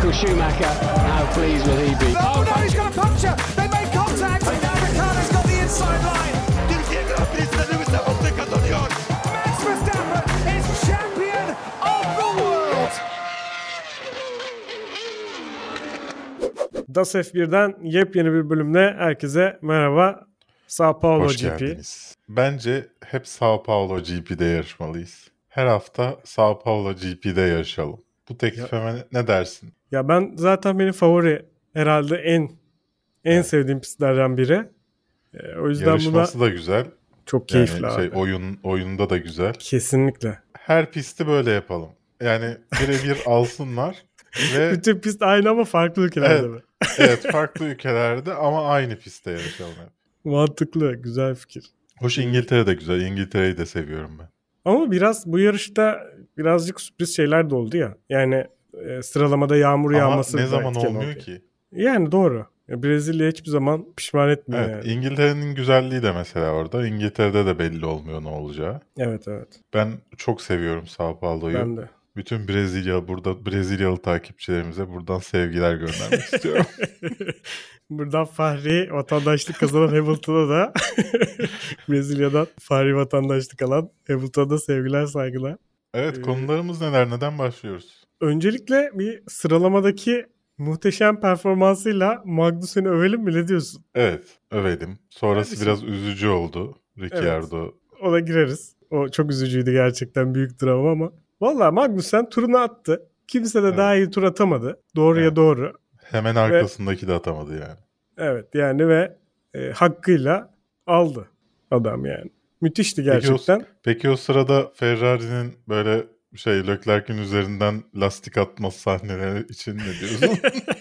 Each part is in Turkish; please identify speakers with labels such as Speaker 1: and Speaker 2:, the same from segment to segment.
Speaker 1: Michael Schumacher, how pleased will he be?
Speaker 2: Oh no, he's got a puncture! They made contact and now Ricciardo's got the inside line!
Speaker 3: Türkiye Grand Prix'sinde Lewis Hamilton kazanıyor.
Speaker 2: Max Verstappen is champion of the world!
Speaker 4: DAS F1'den yepyeni bir bölümle herkese merhaba. Sao Paulo
Speaker 5: Hoş
Speaker 4: GP.
Speaker 5: geldiniz. Bence hep Sao Paulo GP'de yarışmalıyız. Her hafta Sao Paulo GP'de yarışalım. Bu teklife ne dersin?
Speaker 4: Ya ben zaten benim favori herhalde en sevdiğim pistlerden biri. O yüzden
Speaker 5: Yarışması
Speaker 4: buna
Speaker 5: da güzel.
Speaker 4: çok keyifli
Speaker 5: Yani
Speaker 4: abi.
Speaker 5: oyunda da güzel.
Speaker 4: Kesinlikle.
Speaker 5: Her pisti böyle yapalım. Yani birebir alsınlar ve
Speaker 4: Bütün pist aynı ama farklı ülkelerde
Speaker 5: Evet.
Speaker 4: mi?
Speaker 5: evet farklı ülkelerde ama aynı pistte yarışalım hep.
Speaker 4: Mantıklı, güzel fikir.
Speaker 5: Hoş İngiltere de güzel. İngiltere'yi de seviyorum ben.
Speaker 4: Ama biraz bu yarışta birazcık sürpriz şeyler de oldu ya. Yani sıralamada yağmur yağması
Speaker 5: Ama ne
Speaker 4: da
Speaker 5: zaman
Speaker 4: etken
Speaker 5: olmuyor
Speaker 4: oldu.
Speaker 5: ki?
Speaker 4: Yani doğru. Brezilya hiçbir zaman pişman etmiyor
Speaker 5: Evet,
Speaker 4: yani.
Speaker 5: İngiltere'nin güzelliği de mesela orada. İngiltere'de de belli olmuyor ne olacağı.
Speaker 4: Evet.
Speaker 5: Ben çok seviyorum Sao Paulo'yu.
Speaker 4: Ben de.
Speaker 5: Bütün Brezilyalı takipçilerimize buradan sevgiler göndermek istiyorum.
Speaker 4: Buradan Fahri vatandaşlık kazanan Hamilton'a da Brezilya'dan Fahri vatandaşlık alan Hamilton'a da sevgiler, saygılar.
Speaker 5: Evet, konularımız neler? Neden başlıyoruz?
Speaker 4: Öncelikle bir sıralamadaki muhteşem performansıyla Magnussen'i övelim mi, ne diyorsun?
Speaker 5: Evet, övelim. Sonrası
Speaker 4: Kardeşim.
Speaker 5: biraz üzücü oldu. Ricciardo.
Speaker 4: Ona gireriz. O çok üzücüydü gerçekten, büyük drama ama. Valla Magnussen turunu attı. Kimse de daha iyi tur atamadı. Doğruya
Speaker 5: Evet.
Speaker 4: doğru.
Speaker 5: Hemen arkasındaki de atamadı yani.
Speaker 4: Evet yani ve hakkıyla aldı adam yani. Müthişti gerçekten.
Speaker 5: Peki o sırada Ferrari'nin böyle Leclerc'in üzerinden lastik atması sahneleri için ne diyorsun?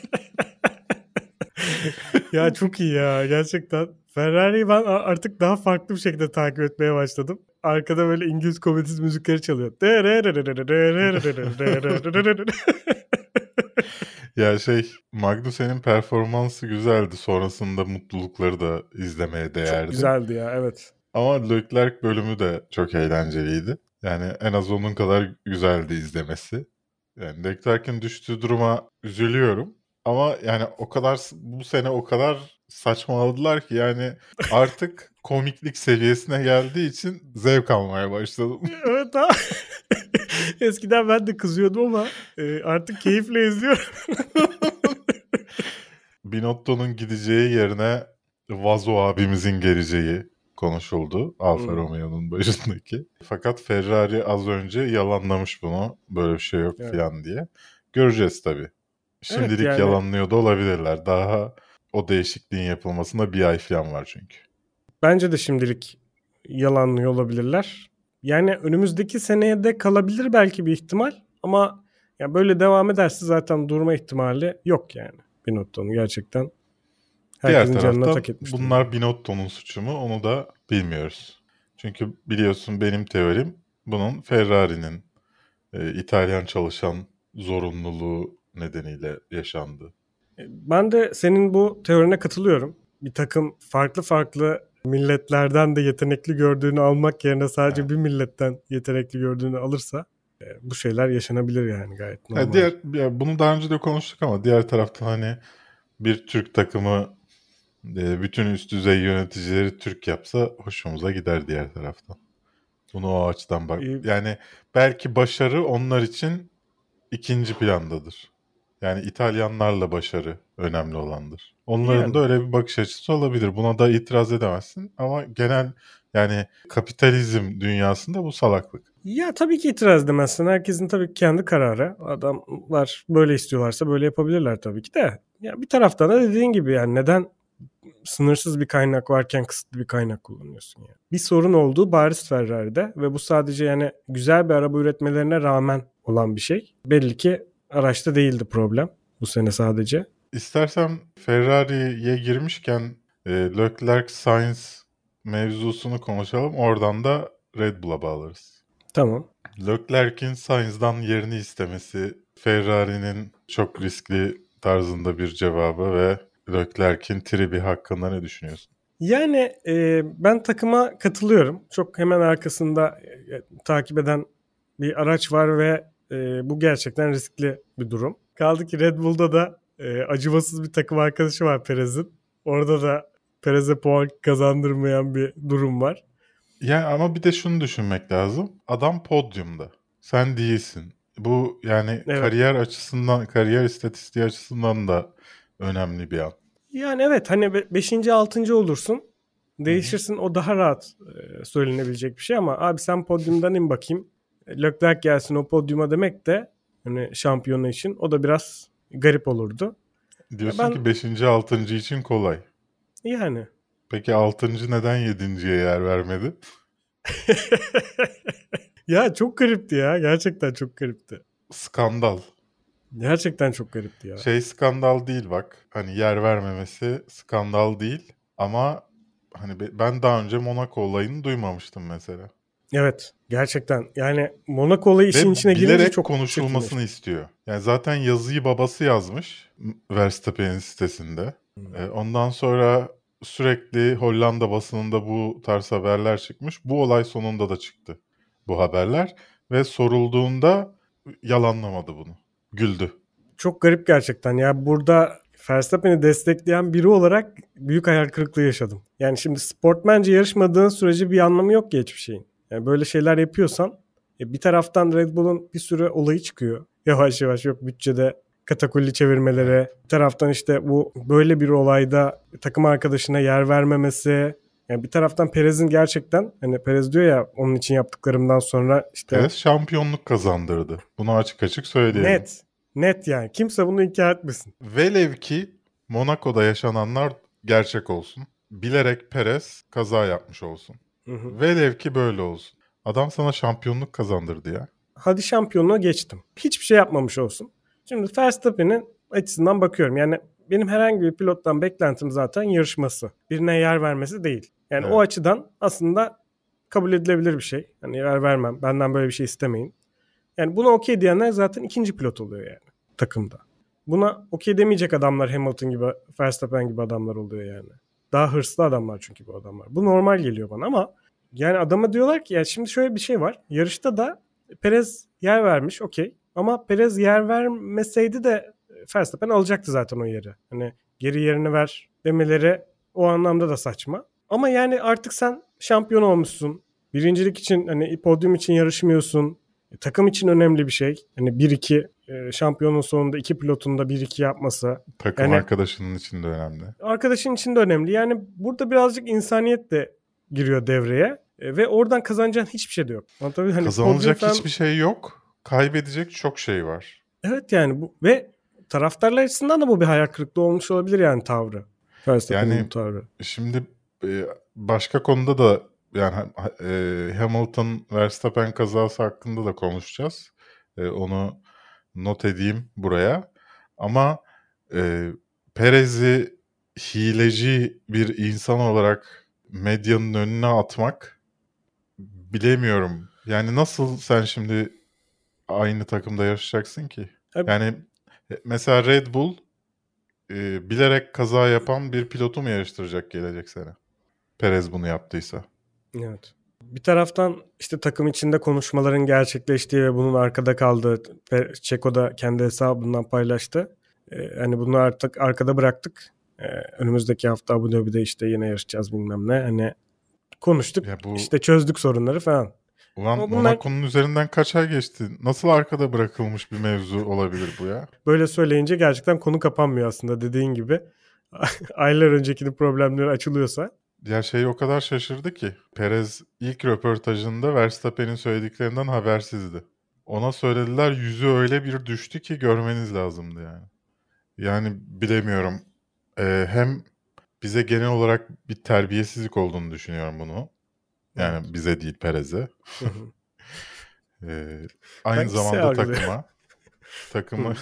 Speaker 4: Ya çok iyi ya gerçekten. Ferrari'yi ben artık daha farklı bir şekilde takip etmeye başladım. Arkada böyle İngiliz komedisi müzikleri çalıyor.
Speaker 5: Ya Magnussen'in performansı güzeldi. Sonrasında mutlulukları da izlemeye değerdi.
Speaker 4: Çok güzeldi ya, evet.
Speaker 5: Ama Leclerc bölümü de çok eğlenceliydi. Yani en az onun kadar güzeldi izlemesi. Yani Leclerc'in düştüğü duruma üzülüyorum. Ama yani bu sene o kadar saçmaladılar ki yani artık komiklik seviyesine geldiği için zevk almaya başladım.
Speaker 4: Evet ha. Eskiden ben de kızıyordum ama artık keyifle izliyorum.
Speaker 5: Binotto'nun gideceği yerine Vazo abimizin geleceği konuşuldu. Alfa Romeo'nun başındaki. Fakat Ferrari az önce yalanlamış bunu. Böyle bir şey yok falan diye. Göreceğiz tabii. Şimdilik
Speaker 4: yani
Speaker 5: yalanlıyor da olabilirler. Daha o değişikliğin yapılmasında bir ay falan var çünkü.
Speaker 4: Bence de şimdilik yalanlıyor olabilirler. Yani önümüzdeki seneye de kalabilir belki bir ihtimal. Ama ya böyle devam ederse zaten durma ihtimali yok yani. Binotto'nun gerçekten herkesin canına tak etmiş.
Speaker 5: Bunlar Binotto'nun suçu mu onu da bilmiyoruz. Çünkü biliyorsun benim teorim bunun Ferrari'nin İtalyan çalışan zorunluluğu nedeniyle yaşandı.
Speaker 4: Ben de senin bu teorine katılıyorum. Bir takım farklı milletlerden de yetenekli gördüğünü almak yerine sadece bir milletten yetenekli gördüğünü alırsa bu şeyler yaşanabilir yani, gayet normal.
Speaker 5: Bunu daha önce de konuştuk ama diğer taraftan hani bir Türk takımı bütün üst düzey yöneticileri Türk yapsa hoşumuza gider diğer taraftan. Bunu o açıdan bak. Yani belki başarı onlar için ikinci plandadır. Yani İtalyanlarla başarı önemli olandır. Onların da öyle bir bakış açısı olabilir. Buna da itiraz edemezsin ama genel yani kapitalizm dünyasında bu salaklık.
Speaker 4: Ya tabii ki itiraz edemezsin. Herkesin tabii kendi kararı. Adamlar böyle istiyorlarsa böyle yapabilirler tabii ki de. Ya bir taraftan da dediğin gibi yani neden sınırsız bir kaynak varken kısıtlı bir kaynak kullanıyorsun yani. Bir sorun olduğu bariz Ferrari'de ve bu sadece yani güzel bir araba üretmelerine rağmen olan bir şey. Belli ki araçta değildi problem bu sene sadece.
Speaker 5: İstersen Ferrari'ye girmişken Leclerc-Sainz mevzusunu konuşalım. Oradan da Red Bull'a bağlarız.
Speaker 4: Tamam.
Speaker 5: Leclerc'in Sainz'dan yerini istemesi, Ferrari'nin çok riskli tarzında bir cevabı ve Leclerc'in tribi hakkında ne düşünüyorsun?
Speaker 4: Yani ben takıma katılıyorum. Çok hemen arkasında takip eden bir araç var ve bu gerçekten riskli bir durum. Kaldı ki Red Bull'da da acımasız bir takım arkadaşı var Perez'in. Orada da Perez'e puan kazandırmayan bir durum var.
Speaker 5: Yani ama bir de şunu düşünmek lazım. Adam podyumda. Sen değilsin. Bu yani
Speaker 4: Evet.
Speaker 5: kariyer açısından, kariyer istatistiği açısından da önemli bir an.
Speaker 4: Yani evet hani 5. 6. olursun. Değişirsin, o daha rahat söylenebilecek bir şey ama abi sen podyumdan in bakayım. Leclerc gelsin o podyuma demek de hani şampiyonu için o da biraz garip olurdu.
Speaker 5: Diyorsun ki 5. 6. için kolay.
Speaker 4: Yani.
Speaker 5: Peki 6. neden 7.'ye yer vermedi?
Speaker 4: Ya çok garipti ya. Gerçekten çok garipti.
Speaker 5: Skandal.
Speaker 4: Gerçekten çok garipti ya.
Speaker 5: Skandal değil bak. Hani yer vermemesi skandal değil. Ama hani ben daha önce Monaco olayını duymamıştım mesela.
Speaker 4: Evet. Gerçekten. Yani Monaco olayı işin içine girince
Speaker 5: bilerek
Speaker 4: çok
Speaker 5: konuşulmasını istiyor. Yani zaten yazıyı babası yazmış Verstappen'in sitesinde. Ondan sonra sürekli Hollanda basınında bu tarz haberler çıkmış. Bu olay sonunda da çıktı bu haberler. Ve sorulduğunda yalanlamadı bunu. Güldü.
Speaker 4: Çok garip gerçekten. Ya burada Verstappen'i destekleyen biri olarak büyük hayal kırıklığı yaşadım. Yani şimdi sportmence yarışmadığın sürece bir anlamı yok ki hiçbir şeyin. Yani böyle şeyler yapıyorsan bir taraftan Red Bull'un bir sürü olayı çıkıyor. Yavaş yavaş yok bütçede katakulli çevirmelere. Bir taraftan işte bu böyle bir olayda takım arkadaşına yer vermemesi. Yani bir taraftan Perez'in gerçekten hani Perez diyor ya onun için yaptıklarımdan sonra işte
Speaker 5: Perez şampiyonluk kazandırdı. Bunu açık açık söyleyelim.
Speaker 4: Net yani. Kimse bunu inkar etmesin.
Speaker 5: Velev ki Monaco'da yaşananlar gerçek olsun. Bilerek Perez kaza yapmış olsun. Velev ki böyle olsun. Adam sana şampiyonluk kazandırdı ya.
Speaker 4: Hadi şampiyonluğa geçtim. Hiçbir şey yapmamış olsun. Şimdi Verstappen'in açısından bakıyorum. Yani benim herhangi bir pilottan beklentim zaten yarışması. Birine yer vermesi değil. Yani
Speaker 5: Evet.
Speaker 4: o açıdan aslında kabul edilebilir bir şey. Hani yer vermem. Benden böyle bir şey istemeyin. Yani buna okey diyenler zaten ikinci pilot oluyor yani takımda. Buna okey demeyecek adamlar Hamilton gibi, Verstappen gibi adamlar oluyor yani. Daha hırslı adamlar çünkü bu adamlar. Bu normal geliyor bana ama yani adama diyorlar ki ya şimdi şöyle bir şey var. Yarışta da Perez yer vermiş okey. Ama Perez yer vermeseydi de Verstappen alacaktı zaten o yeri. Hani geri yerini ver demeleri o anlamda da saçma. Ama yani artık sen şampiyon olmuşsun. Birincilik için hani podyum için yarışmıyorsun. Takım için önemli bir şey. Hani 1-2 şampiyonun sonunda 2 pilotun da 1-2 yapması.
Speaker 5: Takım
Speaker 4: yani,
Speaker 5: arkadaşının için de önemli.
Speaker 4: Arkadaşın için de önemli. Yani burada birazcık insaniyet de giriyor devreye. Ve oradan kazanacağın hiçbir şey de yok. Tabii hani
Speaker 5: kazanılacak
Speaker 4: falan...
Speaker 5: hiçbir şey yok. Kaybedecek çok şey var.
Speaker 4: Evet yani bu ve taraftarlar açısından da bu bir hayal kırıklığı olmuş olabilir yani tavrı.
Speaker 5: Yani
Speaker 4: tavrı.
Speaker 5: şimdi başka konuda da yani Hamilton Verstappen kazası hakkında da konuşacağız. Onu not edeyim buraya. Ama Perez'i hileci bir insan olarak medyanın önüne atmak bilemiyorum. Yani nasıl sen şimdi aynı takımda yarışacaksın ki? Yani mesela Red Bull bilerek kaza yapan bir pilotu mu yarıştıracak gelecek sene? Perez bunu yaptıysa.
Speaker 4: Evet. Bir taraftan işte takım içinde konuşmaların gerçekleştiği ve bunun arkada kaldığı Checo da kendi hesabından paylaştı. Hani bunu artık arkada bıraktık. Önümüzdeki hafta Abu Dhabi'de işte yine yarışacağız bilmem ne. Hani konuştuk işte çözdük sorunları falan.
Speaker 5: Ulan Monaco'nun üzerinden kaç ay geçti? Nasıl arkada bırakılmış bir mevzu olabilir bu ya?
Speaker 4: Böyle söyleyince gerçekten konu kapanmıyor aslında dediğin gibi. Aylar öncekinin problemleri açılıyorsa.
Speaker 5: Ya o kadar şaşırdı ki. Perez ilk röportajında Verstappen'in söylediklerinden habersizdi. Ona söylediler yüzü öyle bir düştü ki görmeniz lazımdı yani. Yani bilemiyorum. Hem bize genel olarak bir terbiyesizlik olduğunu düşünüyorum bunu. Yani evet. Bize değil Perez'e. Aynı zamanda takımı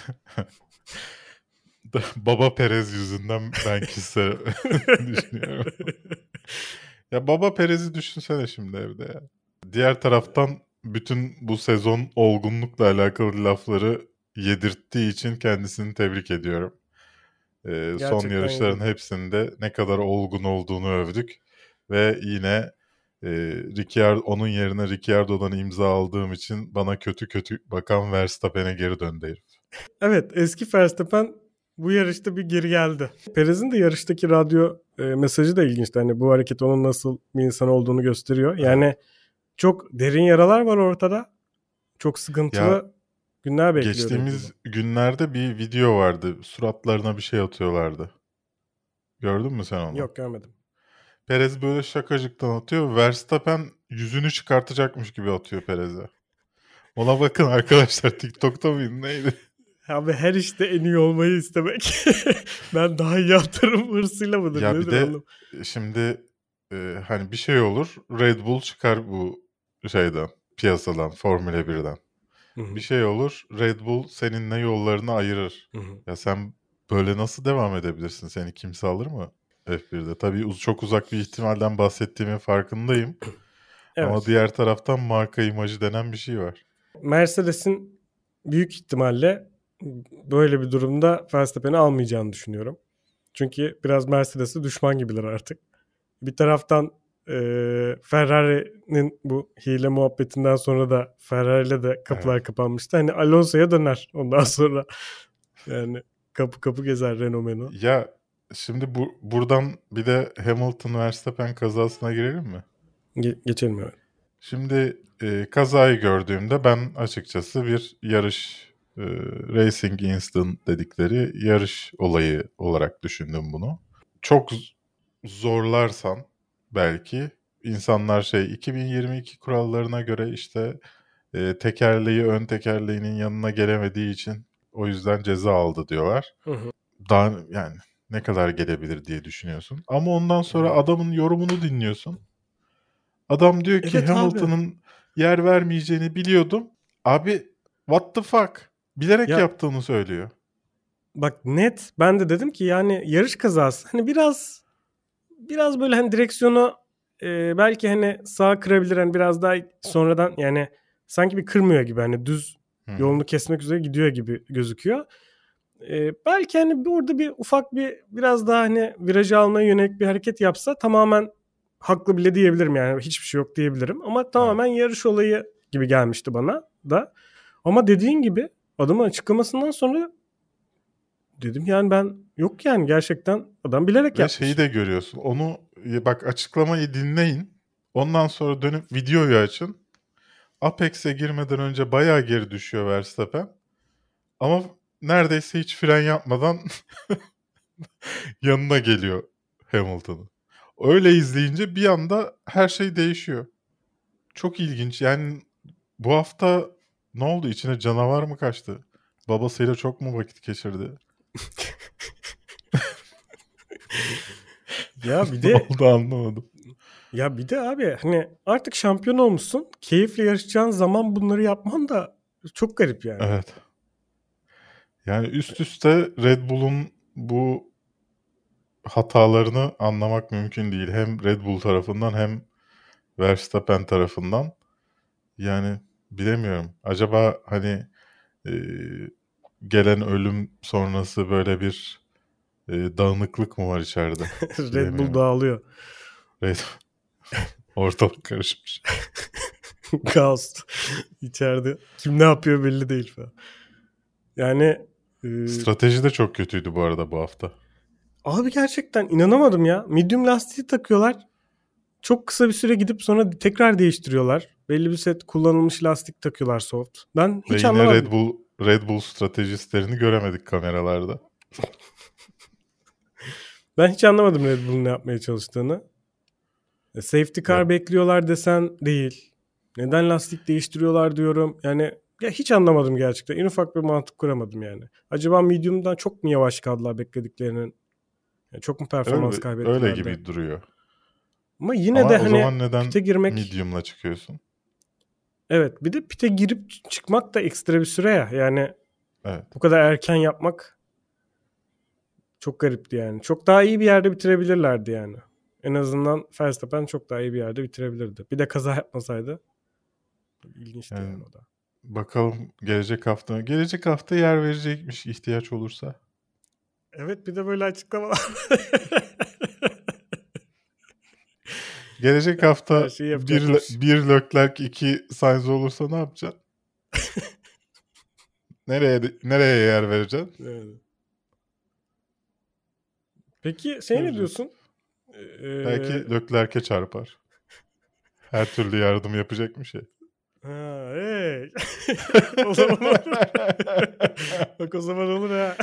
Speaker 5: Baba Perez yüzünden ben kişisel düşünüyorum. Ya Baba Perez'i düşünsene şimdi evde ya. Diğer taraftan bütün bu sezon olgunlukla alakalı lafları yedirttiği için kendisini tebrik ediyorum. Son yarışların hepsinde ne kadar olgun olduğunu övdük. Ve yine onun yerine Ricciardo'dan imza aldığım için bana kötü bakan Verstappen'e geri döndü herif.
Speaker 4: Evet, eski Verstappen bu yarışta bir geri geldi. Perez'in de yarıştaki radyo mesajı da ilginçti. Hani bu hareket onun nasıl bir insan olduğunu gösteriyor. Yani çok derin yaralar var ortada. Çok sıkıntılı
Speaker 5: Ya,
Speaker 4: günler bekliyor.
Speaker 5: geçtiğimiz günlerde bir video vardı. Suratlarına bir şey atıyorlardı. Gördün mü sen onu?
Speaker 4: Yok, görmedim.
Speaker 5: Perez böyle şakacıktan atıyor. Verstappen yüzünü çıkartacakmış gibi atıyor Perez'e. Ona bakın arkadaşlar, TikTok'ta mıydı neydi?
Speaker 4: Abi her işte en iyi olmayı istemek. Ben daha iyi atarım hırsıyla mıdır?
Speaker 5: Ya
Speaker 4: Nedir
Speaker 5: bir de
Speaker 4: oğlum?
Speaker 5: şimdi hani bir şey olur, Red Bull çıkar bu şeyden, piyasadan, Formula 1'den.
Speaker 4: Hı-hı.
Speaker 5: Bir şey olur, Red Bull seninle yollarını ayırır.
Speaker 4: Hı-hı.
Speaker 5: Ya sen böyle nasıl devam edebilirsin? Seni kimse alır mı F1'de? Tabii çok uzak bir ihtimalden bahsettiğimin farkındayım. Ama
Speaker 4: Evet.
Speaker 5: diğer taraftan marka imajı denen bir şey var.
Speaker 4: Mercedes'in büyük ihtimalle böyle bir durumda Verstappen'i almayacağını düşünüyorum. Çünkü biraz Mercedes'e düşman gibiler artık. Bir taraftan Ferrari'nin bu hile muhabbetinden sonra da Ferrari'yle de kapılar kapanmıştı. Hani Alonso'ya döner ondan sonra. Yani kapı gezer Renault.
Speaker 5: Ya şimdi buradan bir de Hamilton Verstappen kazasına girelim mi?
Speaker 4: Geçelim evet.
Speaker 5: Şimdi kazayı gördüğümde ben açıkçası bir yarış racing incident dedikleri yarış olayı olarak düşündüm bunu. Çok zorlarsan belki insanlar 2022 kurallarına göre işte tekerleği ön tekerleğinin yanına gelemediği için o yüzden ceza aldı diyorlar.
Speaker 4: Hı.
Speaker 5: Daha yani ne kadar gelebilir diye düşünüyorsun. Ama ondan sonra adamın yorumunu dinliyorsun. Adam diyor ki
Speaker 4: Evet
Speaker 5: Hamilton'ın yer vermeyeceğini biliyordum. Abi what the fuck? Bilerek
Speaker 4: Ya-
Speaker 5: yaptığını söylüyor.
Speaker 4: Bak net ben de dedim ki yani yarış kazası hani biraz böyle hani direksiyonu belki hani sağa kırabilir hani biraz daha sonradan yani sanki bir kırmıyor gibi hani düz
Speaker 5: Hı-hı.
Speaker 4: yolunu kesmek üzere gidiyor gibi gözüküyor. Belki hani orada bir ufak biraz daha hani virajı almaya yönelik bir hareket yapsa tamamen haklı bile diyebilirim yani hiçbir şey yok diyebilirim ama tamamen yarış olayı gibi gelmişti bana da. Ama dediğin gibi adamın açıklamasından sonra dedim yani ben yok yani gerçekten adam bilerek
Speaker 5: Ve
Speaker 4: yapmış.
Speaker 5: şeyi de görüyorsun. Onu bak açıklamayı dinleyin. Ondan sonra dönüp videoyu açın. Apex'e girmeden önce bayağı geri düşüyor Verstappen. Ama neredeyse hiç fren yapmadan yanına geliyor Hamilton'ın. Öyle izleyince bir anda her şey değişiyor. Çok ilginç. Yani bu hafta ne oldu? İçine canavar mı kaçtı? Babasıyla çok mu vakit geçirdi?
Speaker 4: Ya bir
Speaker 5: Ne
Speaker 4: de
Speaker 5: oldu anlamadım.
Speaker 4: ya bir de abi hani artık şampiyon olmuşsun. Keyifle yarışacağın zaman bunları yapman da çok garip yani.
Speaker 5: Evet. Yani üst üste Red Bull'un bu hatalarını anlamak mümkün değil. Hem Red Bull tarafından hem Verstappen tarafından. Yani bilemiyorum. Acaba hani gelen ölüm sonrası böyle bir dağınıklık mı var içeride?
Speaker 4: Red Bull dağılıyor.
Speaker 5: Red ortalık karışmış.
Speaker 4: Kaos. İçeride. Kim ne yapıyor belli değil falan. Yani
Speaker 5: Strateji de çok kötüydü bu arada bu hafta.
Speaker 4: abi gerçekten inanamadım ya. Medium lastiği takıyorlar. Çok kısa bir süre gidip sonra tekrar değiştiriyorlar. Belli bir set kullanılmış lastik takıyorlar soft. Ben
Speaker 5: Ve
Speaker 4: hiç
Speaker 5: yine
Speaker 4: anlamadım.
Speaker 5: Red Bull stratejistlerini göremedik kameralarda.
Speaker 4: Ben hiç anlamadım Red Bull'un ne yapmaya çalıştığını. Safety car
Speaker 5: Ya,
Speaker 4: bekliyorlar desen değil. Neden lastik değiştiriyorlar diyorum. Yani ya hiç anlamadım gerçekten. En ufak bir mantık kuramadım yani. Acaba medium'dan çok mu yavaş kaldılar beklediklerinin? Yani çok mu performans kaybettiler
Speaker 5: öyle
Speaker 4: de?
Speaker 5: gibi duruyor.
Speaker 4: Ama yine
Speaker 5: Ama
Speaker 4: de
Speaker 5: o
Speaker 4: hani
Speaker 5: zaman neden
Speaker 4: pite girmek...
Speaker 5: medium'la çıkıyorsun?
Speaker 4: Evet, bir de pite girip çıkmak da ekstra bir süre ya. Yani
Speaker 5: Evet.
Speaker 4: bu kadar erken yapmak çok garipti yani. Çok daha iyi bir yerde bitirebilirlerdi yani. En azından Verstappen çok daha iyi bir yerde bitirebilirdi. Bir de kaza yapmasaydı. İlginçti yani o da.
Speaker 5: Bakalım gelecek hafta yer verecekmiş ihtiyaç olursa.
Speaker 4: Evet, bir de böyle açıklamalar.
Speaker 5: Gelecek hafta
Speaker 4: Her şeyi yapacakmış.
Speaker 5: bir Leclerc 2 Sainz olursa ne yapacaksın? Nereye yer vereceksin?
Speaker 4: Evet. Peki şey ne diyorsun?
Speaker 5: Belki Leclerc'e çarpar. Her türlü yardım yapacakmış ya.
Speaker 4: Ha, hey. O zaman olur. Bak o zaman olur ha.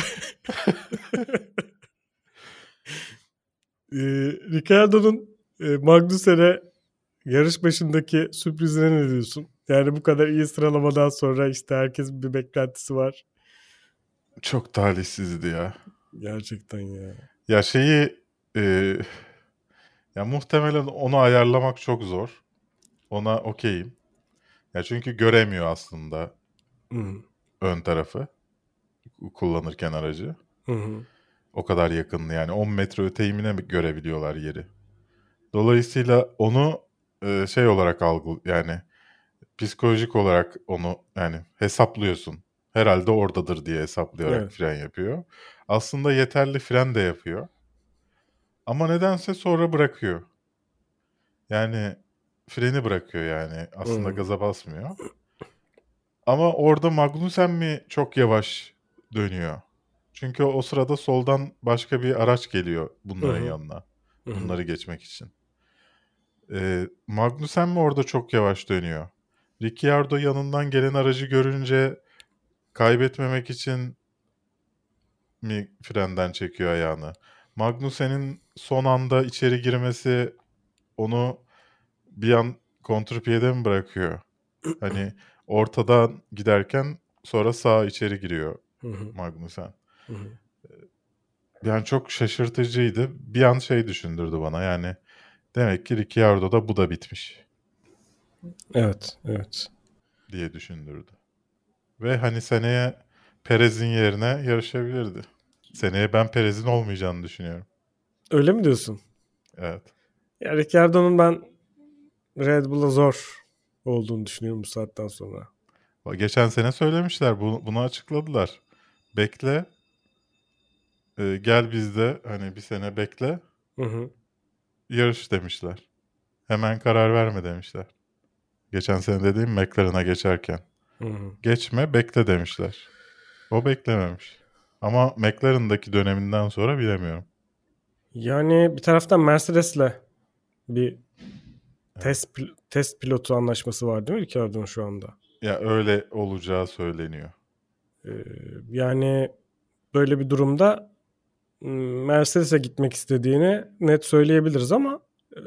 Speaker 4: Ricciardo'nun Magnussen'e yarış başındaki sürprizine ne diyorsun? Yani bu kadar iyi sıralamadan sonra işte herkesin bir beklentisi var.
Speaker 5: Çok talihsizdi ya.
Speaker 4: Gerçekten ya.
Speaker 5: Ya ya muhtemelen onu ayarlamak çok zor. Ona okeyim. Ya çünkü göremiyor aslında ön tarafı kullanırken aracı.
Speaker 4: Hı.
Speaker 5: O kadar yakın yani 10 metre öteyimine görebiliyorlar yeri. Dolayısıyla onu olarak yani psikolojik olarak onu yani hesaplıyorsun. Herhalde oradadır diye hesaplayarak
Speaker 4: Evet.
Speaker 5: fren yapıyor. Aslında yeterli fren de yapıyor. Ama nedense sonra bırakıyor. Yani freni bırakıyor yani. Aslında gaza basmıyor. Ama orada Magnussen mi çok yavaş dönüyor? Çünkü o sırada soldan başka bir araç geliyor bunların yanına. Bunları geçmek için. Magnussen mi orada çok yavaş dönüyor? Ricciardo yanından gelen aracı görünce kaybetmemek için mi frenden çekiyor ayağını? Magnussen'in son anda içeri girmesi onu bir an kontrpiyede mi bırakıyor? Hani ortadan giderken sonra sağa içeri giriyor Magnussen. Yani çok şaşırtıcıydı. Bir an düşündürdü bana yani. Demek ki Ricciardo'da bu da bitmiş.
Speaker 4: Evet.
Speaker 5: Diye düşündürdü. Ve hani seneye Perez'in yerine yarışabilirdi. Seneye ben Perez'in olmayacağını düşünüyorum.
Speaker 4: Öyle mi diyorsun?
Speaker 5: Evet.
Speaker 4: Ya Ricciardo'nun ben Red Bull'a zor olduğunu düşünüyorum bu saatten sonra.
Speaker 5: Geçen sene söylemişler. Bunu açıkladılar. Bekle. Gel bizde hani bir sene bekle. Yarış demişler. Hemen karar verme demişler. Geçen sene dediğim McLaren'a geçerken. Geçme bekle demişler. O beklememiş. Ama McLaren'daki döneminden sonra bilemiyorum.
Speaker 4: Yani bir taraftan Mercedes'le bir test pilotu anlaşması var değil mi Ricciardo'nun şu anda?
Speaker 5: Ya öyle olacağı söyleniyor.
Speaker 4: Yani böyle bir durumda Mercedes'e gitmek istediğini net söyleyebiliriz ama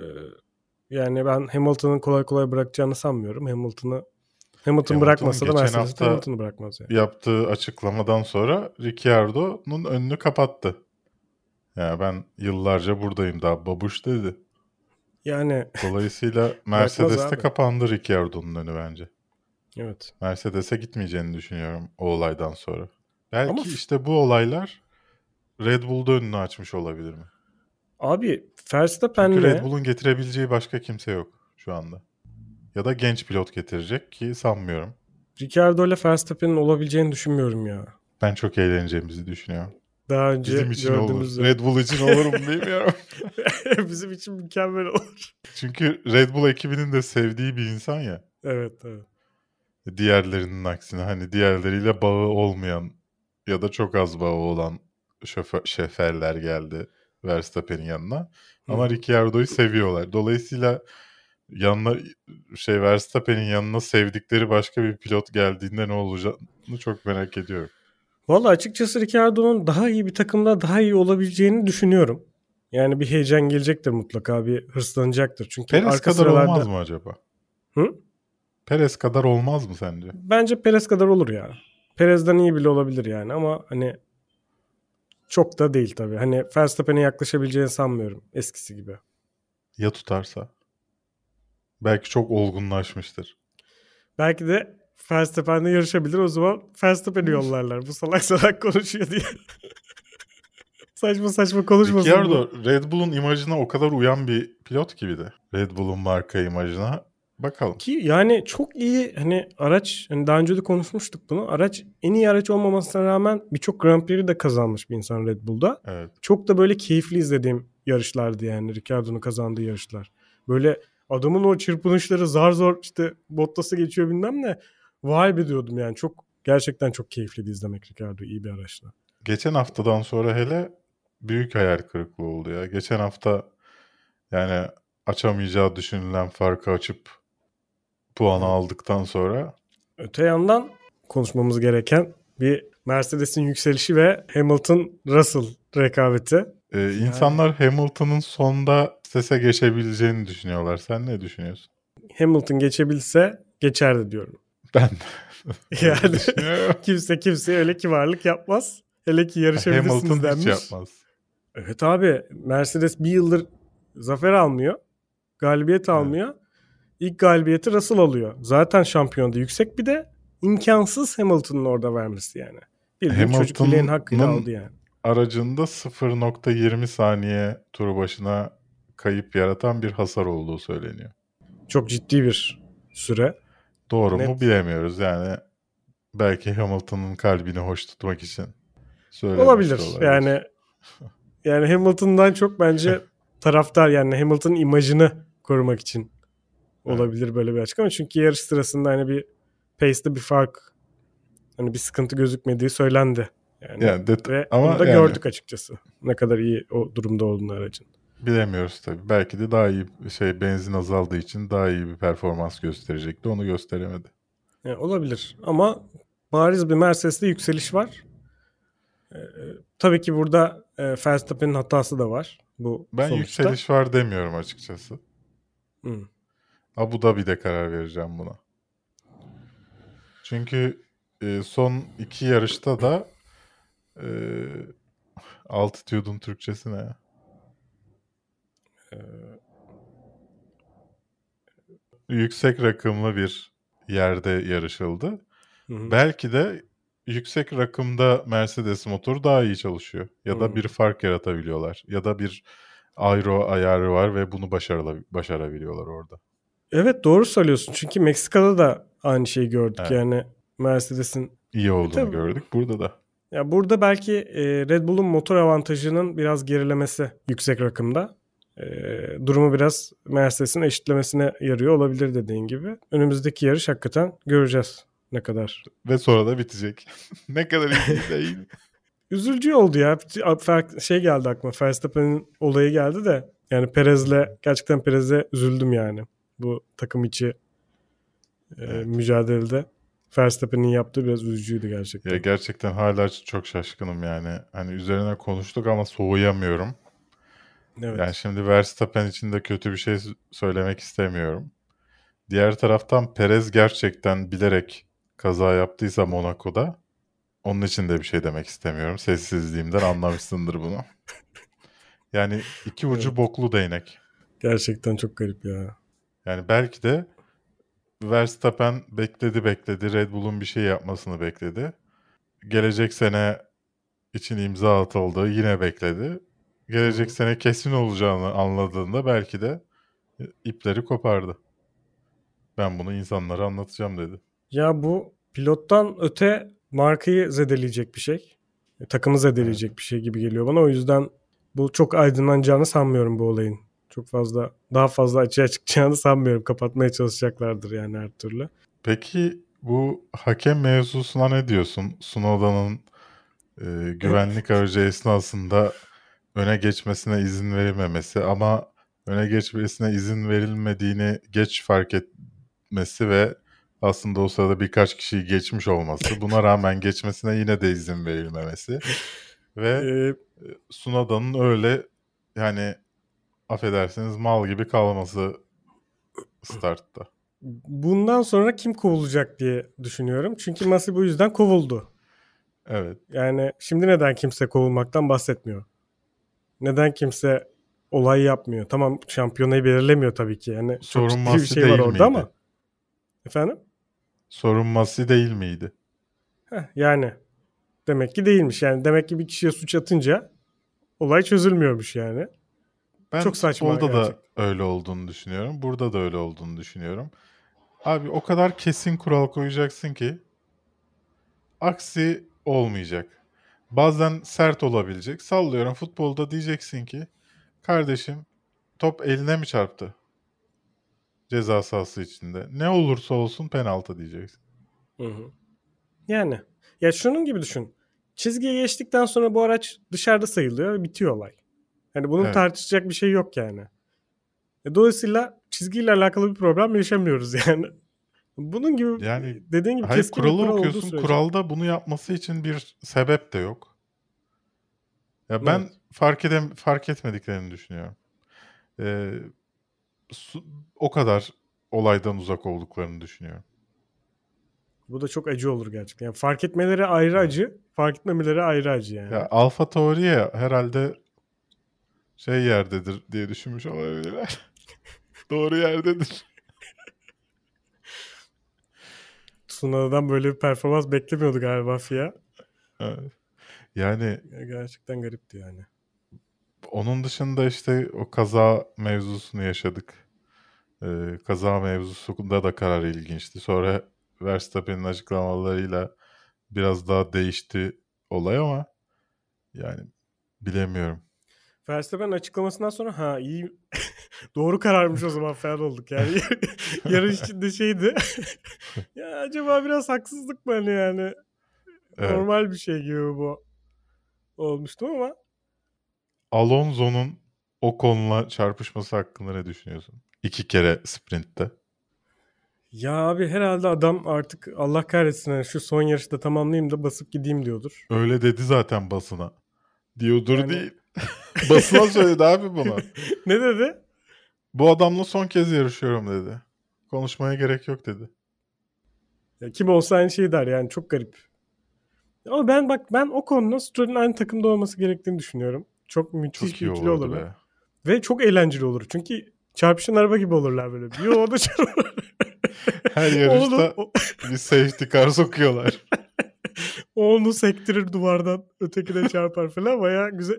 Speaker 4: yani ben Hamilton'ın kolay kolay bırakacağını sanmıyorum. Hamilton bırakmasa da Mercedes de Hamilton'ı bırakmaz yani.
Speaker 5: Yaptığı açıklamadan sonra Ricciardo'nun önünü kapattı. Ya ben yıllarca buradayım daha babuş dedi.
Speaker 4: Yani
Speaker 5: dolayısıyla Mercedes'te kapandı Ricciardo'nun önü bence.
Speaker 4: Evet.
Speaker 5: Mercedes'e gitmeyeceğini düşünüyorum o olaydan sonra. Belki işte bu olaylar Red Bull'da önünü açmış olabilir mi?
Speaker 4: Abi Verstappen'le...
Speaker 5: Çünkü Red Bull'un getirebileceği başka kimse yok şu anda. Ya da genç pilot getirecek ki sanmıyorum.
Speaker 4: Ricciardo ile Verstappen'in olabileceğini düşünmüyorum ya.
Speaker 5: Ben çok eğleneceğimizi düşünüyorum.
Speaker 4: Daha önce
Speaker 5: bizim için olur. Red Bull için olur mu bilmiyorum.
Speaker 4: Bizim için mükemmel olur.
Speaker 5: Çünkü Red Bull ekibinin de sevdiği bir insan ya.
Speaker 4: Evet.
Speaker 5: Diğerlerinin aksine hani diğerleriyle bağı olmayan ya da çok az bağı olan şoförler geldi Verstappen'in yanına. Ama Ricciardo'yu seviyorlar. Dolayısıyla yanına Verstappen'in yanına sevdikleri başka bir pilot geldiğinde ne olacağını çok merak ediyorum.
Speaker 4: Vallahi açıkçası Ricciardo'nun daha iyi bir takımda daha iyi olabileceğini düşünüyorum. Yani bir heyecan gelecektir mutlaka, bir hırslanacaktır. Çünkü
Speaker 5: Perez
Speaker 4: arka
Speaker 5: kadar
Speaker 4: sıralarda...
Speaker 5: olmaz mı acaba?
Speaker 4: Hı?
Speaker 5: Perez kadar olmaz mı sence?
Speaker 4: Bence Perez kadar olur ya. Perez'den iyi bile olabilir yani ama hani çok da değil tabii. Hani Verstappen'e yaklaşabileceğini sanmıyorum eskisi gibi.
Speaker 5: Ya tutarsa? Belki çok olgunlaşmıştır.
Speaker 4: Belki de Verstappen'le yarışabilir. O zaman Verstappen'i yollarlar. Bu salak konuşuyor diye. saçma konuşmasın.
Speaker 5: Ricciardo Red Bull'un imajına o kadar uyan bir pilot ki bir de. Red Bull'un marka imajına bakalım.
Speaker 4: Ki yani çok iyi hani araç, hani daha önce de konuşmuştuk bunu. Araç en iyi araç olmamasına rağmen birçok Grand Prix'i de kazanmış bir insan Red Bull'da.
Speaker 5: Evet.
Speaker 4: Çok da böyle keyifli izlediğim yarışlardı yani Ricciardo'nun kazandığı yarışlar. Böyle adamın o çırpınışları zar zor işte Bottas'a geçiyor bilmem ne. Vay be diyordum yani, çok Gerçekten çok keyifliydi izlemek Ricciardo'yu, iyi bir araçla.
Speaker 5: Geçen haftadan sonra hele büyük hayal kırıklığı oldu ya. Geçen hafta yani açamayacağı düşünülen farkı açıp puanı aldıktan sonra.
Speaker 4: Öte yandan konuşmamız gereken bir Mercedes'in yükselişi ve Hamilton-Russell rekabeti.
Speaker 5: İnsanlar Hamilton'ın sonda sese geçebileceğini düşünüyorlar. Sen ne düşünüyorsun?
Speaker 4: Hamilton geçebilse geçerdi diyorum.
Speaker 5: Ben
Speaker 4: Yani
Speaker 5: düşünüyorum.
Speaker 4: kimse öyle kibarlık yapmaz. Hele ki yarışabilirsiniz
Speaker 5: Hamilton
Speaker 4: denmiş.
Speaker 5: hiç yapmaz.
Speaker 4: Evet abi, Mercedes bir yıldır zafer almıyor. Galibiyet almıyor. İlk galibiyeti Russell alıyor. Zaten şampiyonda yüksek, bir de imkansız Hamilton'ın orada vermesi yani. Bildiğin çocuk bileğin hakkıyla aldı yani.
Speaker 5: Aracında 0.20 saniye tur başına kayıp yaratan bir hasar olduğu söyleniyor.
Speaker 4: Çok ciddi bir süre.
Speaker 5: Doğru
Speaker 4: Net.
Speaker 5: mu bilemiyoruz yani. Belki Hamilton'ın kalbini hoş tutmak için söylemiş
Speaker 4: Olabilir.
Speaker 5: olabilir.
Speaker 4: Yani Hamilton'dan çok bence taraftar, yani Hamilton'ın imajını korumak için olabilir böyle bir açıklama. Çünkü yarış sırasında hani bir pace'de bir fark, hani bir sıkıntı gözükmediği söylendi. Yani ve
Speaker 5: ama
Speaker 4: bunu da
Speaker 5: yani,
Speaker 4: gördük açıkçası. Ne kadar iyi o durumda olduğunu aracın.
Speaker 5: Bilemiyoruz tabii. Belki de daha iyi benzin azaldığı için daha iyi bir performans gösterecekti. Onu gösteremedi.
Speaker 4: Yani olabilir ama bariz bir Mercedes'te yükseliş var. Tabii ki burada Verstappen'in hatası da var bu
Speaker 5: Ben
Speaker 4: sonuçta.
Speaker 5: yükseliş var demiyorum açıkçası.
Speaker 4: Hmm.
Speaker 5: Abu Dhabi'de karar vereceğim buna. Çünkü son 2 yarışta da Altitude'un Türkçesi ne ya? Yüksek rakımlı bir yerde yarışıldı.
Speaker 4: Hı-hı.
Speaker 5: Belki de yüksek rakımda Mercedes motoru daha iyi çalışıyor. Ya da bir fark yaratabiliyorlar. Ya da bir aero ayarı var ve bunu başarabiliyorlar orada.
Speaker 4: Evet, doğru söylüyorsun. Çünkü Meksika'da da aynı şeyi gördük.
Speaker 5: Evet.
Speaker 4: Yani Mercedes'in
Speaker 5: iyi olduğunu gördük burada da.
Speaker 4: Ya burada belki Red Bull'un motor avantajının biraz gerilemesi yüksek rakımda. Durumu biraz Mercedes'in eşitlemesine yarıyor olabilir dediğin gibi. Önümüzdeki yarış hakikaten göreceğiz ne kadar.
Speaker 5: Ve sonra da bitecek. Ne kadar iyi değil.
Speaker 4: Üzücü oldu ya. Geldi aklıma. Verstappen'in olayı geldi de. Yani gerçekten Perez'e üzüldüm yani. Bu takım içi mücadelede. Verstappen'in yaptığı biraz üzücüydü gerçekten.
Speaker 5: Ya gerçekten hala çok şaşkınım yani. Hani üzerine konuştuk ama soğuyamıyorum.
Speaker 4: Evet.
Speaker 5: Yani şimdi Verstappen için de kötü bir şey söylemek istemiyorum. Diğer taraftan Perez gerçekten bilerek kaza yaptıysa Monaco'da, onun için de bir şey demek istemiyorum. Sessizliğimden anlamışsındır bunu. Yani iki ucu boklu değnek.
Speaker 4: Gerçekten çok garip ya.
Speaker 5: Yani belki de Verstappen bekledi. Red Bull'un bir şey yapmasını bekledi. Gelecek sene için imza atıldı. Yine bekledi. Gelecek sene kesin olacağını anladığında belki de ipleri kopardı. Ben bunu insanlara anlatacağım dedi.
Speaker 4: Ya bu pilottan öte markayı zedeleyecek bir şey. Takımı zedeleyecek bir şey gibi geliyor bana. O yüzden bu çok aydınlanacağını sanmıyorum bu olayın. Daha fazla açığa çıkacağını sanmıyorum. Kapatmaya çalışacaklardır yani her türlü.
Speaker 5: Peki bu hakem mevzusuna ne diyorsun? Sunoda'nın güvenlik aracı esnasında öne geçmesine izin verilmemesi ama öne geçmesine izin verilmediğini geç fark etmesi ve aslında o sırada birkaç kişiyi geçmiş olması. Buna rağmen geçmesine yine de izin verilmemesi. Ve Sunoda'nın öyle yani affedersiniz mal gibi kalması startta.
Speaker 4: Bundan sonra kim kovulacak diye düşünüyorum. Çünkü Masi bu yüzden kovuldu.
Speaker 5: Evet.
Speaker 4: Yani şimdi neden kimse kovulmaktan bahsetmiyor? Neden kimse olay yapmıyor? Tamam, şampiyonayı belirlemiyor tabii ki. Yani çok ciddi bir şey var orada
Speaker 5: miydi?
Speaker 4: ama. Efendim?
Speaker 5: Sorun Masi değil miydi?
Speaker 4: Yani demek ki değilmiş. Yani demek ki bir kişiye suç atınca olay çözülmüyormuş yani.
Speaker 5: Ben
Speaker 4: çok saçma
Speaker 5: futbolda
Speaker 4: gerçekten.
Speaker 5: da öyle olduğunu düşünüyorum. Burada da öyle olduğunu düşünüyorum. Abi o kadar kesin kural koyacaksın ki aksi olmayacak. Bazen sert olabilecek. Sallıyorum, futbolda diyeceksin ki kardeşim top eline mi çarptı? Ceza sahası içinde. Ne olursa olsun penaltı diyeceksin.
Speaker 4: Hı. Yani ya şunun gibi düşün. Çizgiye geçtikten sonra bu araç dışarıda sayılıyor ve bitiyor olay. Hani bunun
Speaker 5: Evet.
Speaker 4: tartışacak bir şey yok yani. Dolayısıyla çizgiyle alakalı bir problem yaşamıyoruz yani. Bunun gibi
Speaker 5: Yani
Speaker 4: dediğin gibi
Speaker 5: hayır,
Speaker 4: keskin bir
Speaker 5: kuralı
Speaker 4: kural olduğu
Speaker 5: okuyorsun.
Speaker 4: sürece.
Speaker 5: Kuralda bunu yapması için bir sebep de yok. Ya ben
Speaker 4: Evet.
Speaker 5: fark etmediklerini düşünüyorum. Ee, o kadar olaydan uzak olduklarını düşünüyorum.
Speaker 4: Bu da çok acı olur gerçekten. Yani fark etmeleri ayrı
Speaker 5: Evet.
Speaker 4: acı, fark etmemeleri ayrı acı yani.
Speaker 5: Ya Alfa Tauri herhalde yerdedir diye düşünmüş olabilirler. Doğru yerdedir.
Speaker 4: Tsunoda'dan böyle bir performans beklemiyordu galiba FIA.
Speaker 5: Evet. Yani
Speaker 4: Gerçekten garipti yani.
Speaker 5: onun dışında işte o kaza mevzusunu yaşadık. Kaza mevzusunda da karar ilginçti. Sonra Verstappen'in açıklamalarıyla biraz daha değişti olay ama yani bilemiyorum.
Speaker 4: Verstappen açıklamasından sonra iyi doğru kararmış o zaman falan olduk yani. Yarış içinde şeydi. Ya acaba biraz haksızlık mı hani yani?
Speaker 5: Evet.
Speaker 4: Normal bir şey gibi bu olmuştu ama.
Speaker 5: Alonso'nun Ocon'la çarpışması hakkında ne düşünüyorsun? 2 kere sprintte.
Speaker 4: Ya abi herhalde adam artık Allah kahretsin hani şu son yarışta tamamlayayım da basıp gideyim diyordur.
Speaker 5: Öyle dedi zaten basına. Diyordur
Speaker 4: Yani
Speaker 5: değil. Basına söyledi abi bunu.
Speaker 4: ne dedi?
Speaker 5: Bu adamla son kez yarışıyorum dedi. Konuşmaya gerek yok dedi.
Speaker 4: Ya kim olsa aynı şeyi der yani çok garip. Ama ben o konuda Stroll'ün aynı takımda olması gerektiğini düşünüyorum. Çok müthiş
Speaker 5: Çok
Speaker 4: bir
Speaker 5: iyi
Speaker 4: ikili
Speaker 5: olurdu
Speaker 4: olurlar.
Speaker 5: be.
Speaker 4: Ve çok eğlenceli olur. Çünkü çarpışan araba gibi olurlar böyle. Bir o da
Speaker 5: Her
Speaker 4: onu,
Speaker 5: yarışta bir safety car sokuyorlar.
Speaker 4: onu sektirir duvardan ötekine çarpar falan. Bayağı güzel.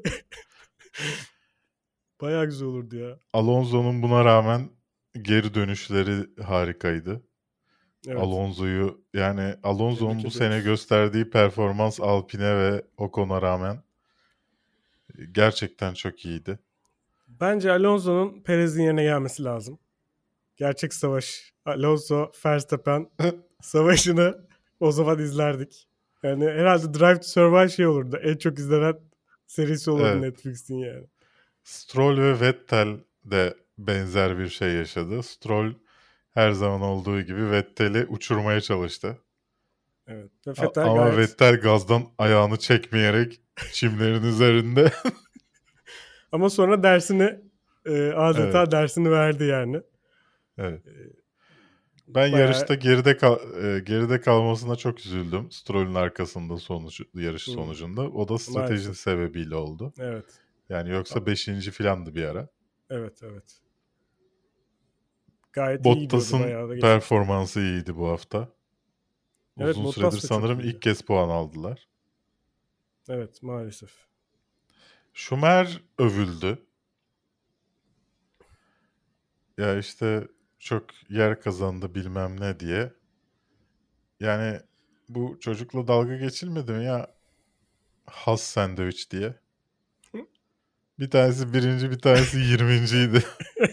Speaker 4: Bayağı güzel olurdu ya.
Speaker 5: Alonso'nun buna rağmen geri dönüşleri harikaydı.
Speaker 4: Evet.
Speaker 5: Alonso'nun
Speaker 4: Tebrik
Speaker 5: bu sene
Speaker 4: ediyoruz.
Speaker 5: gösterdiği performans Alpine ve Ocon'a rağmen gerçekten çok iyiydi.
Speaker 4: Bence Alonso'nun Perez'in yerine gelmesi lazım. Gerçek savaş. Alonso, Verstappen savaşını o zaman izlerdik. Yani herhalde Drive to Survive şey olurdu. En çok izlenen serisi olurdu
Speaker 5: Evet.
Speaker 4: Netflix'in yani.
Speaker 5: Stroll ve Vettel de benzer bir şey yaşadı. Stroll her zaman olduğu gibi Vettel'i uçurmaya çalıştı.
Speaker 4: Evet. Ve Vettel
Speaker 5: Ama
Speaker 4: gayet
Speaker 5: Vettel gazdan ayağını çekmeyerek çimlerin üzerinde.
Speaker 4: ama sonra dersini adeta
Speaker 5: Evet,
Speaker 4: dersini verdi yani.
Speaker 5: evet. Ben
Speaker 4: Bayağı
Speaker 5: yarışta geride kalmasına çok üzüldüm. Stroll'ün arkasında yarış sonucunda. O da strateji
Speaker 4: maalesef.
Speaker 5: sebebiyle oldu.
Speaker 4: Evet.
Speaker 5: Yani yoksa 5. filandı bir ara.
Speaker 4: Evet, evet. Gayet iyi gidiyordu.
Speaker 5: Bottas'ın
Speaker 4: Bayağı da geçmişti.
Speaker 5: performansı iyiydi bu hafta.
Speaker 4: Evet,
Speaker 5: Uzun süredir
Speaker 4: Bottas da çok
Speaker 5: sanırım
Speaker 4: iyiydi.
Speaker 5: ilk kez puan aldılar.
Speaker 4: Evet, maalesef.
Speaker 5: Schumacher övüldü. Ya işte çok yer kazandı bilmem ne diye. Yani bu çocukla dalga geçilmedi mi ya? Has sandviç diye. Bir tanesi birinci, bir tanesi 20.'ydi.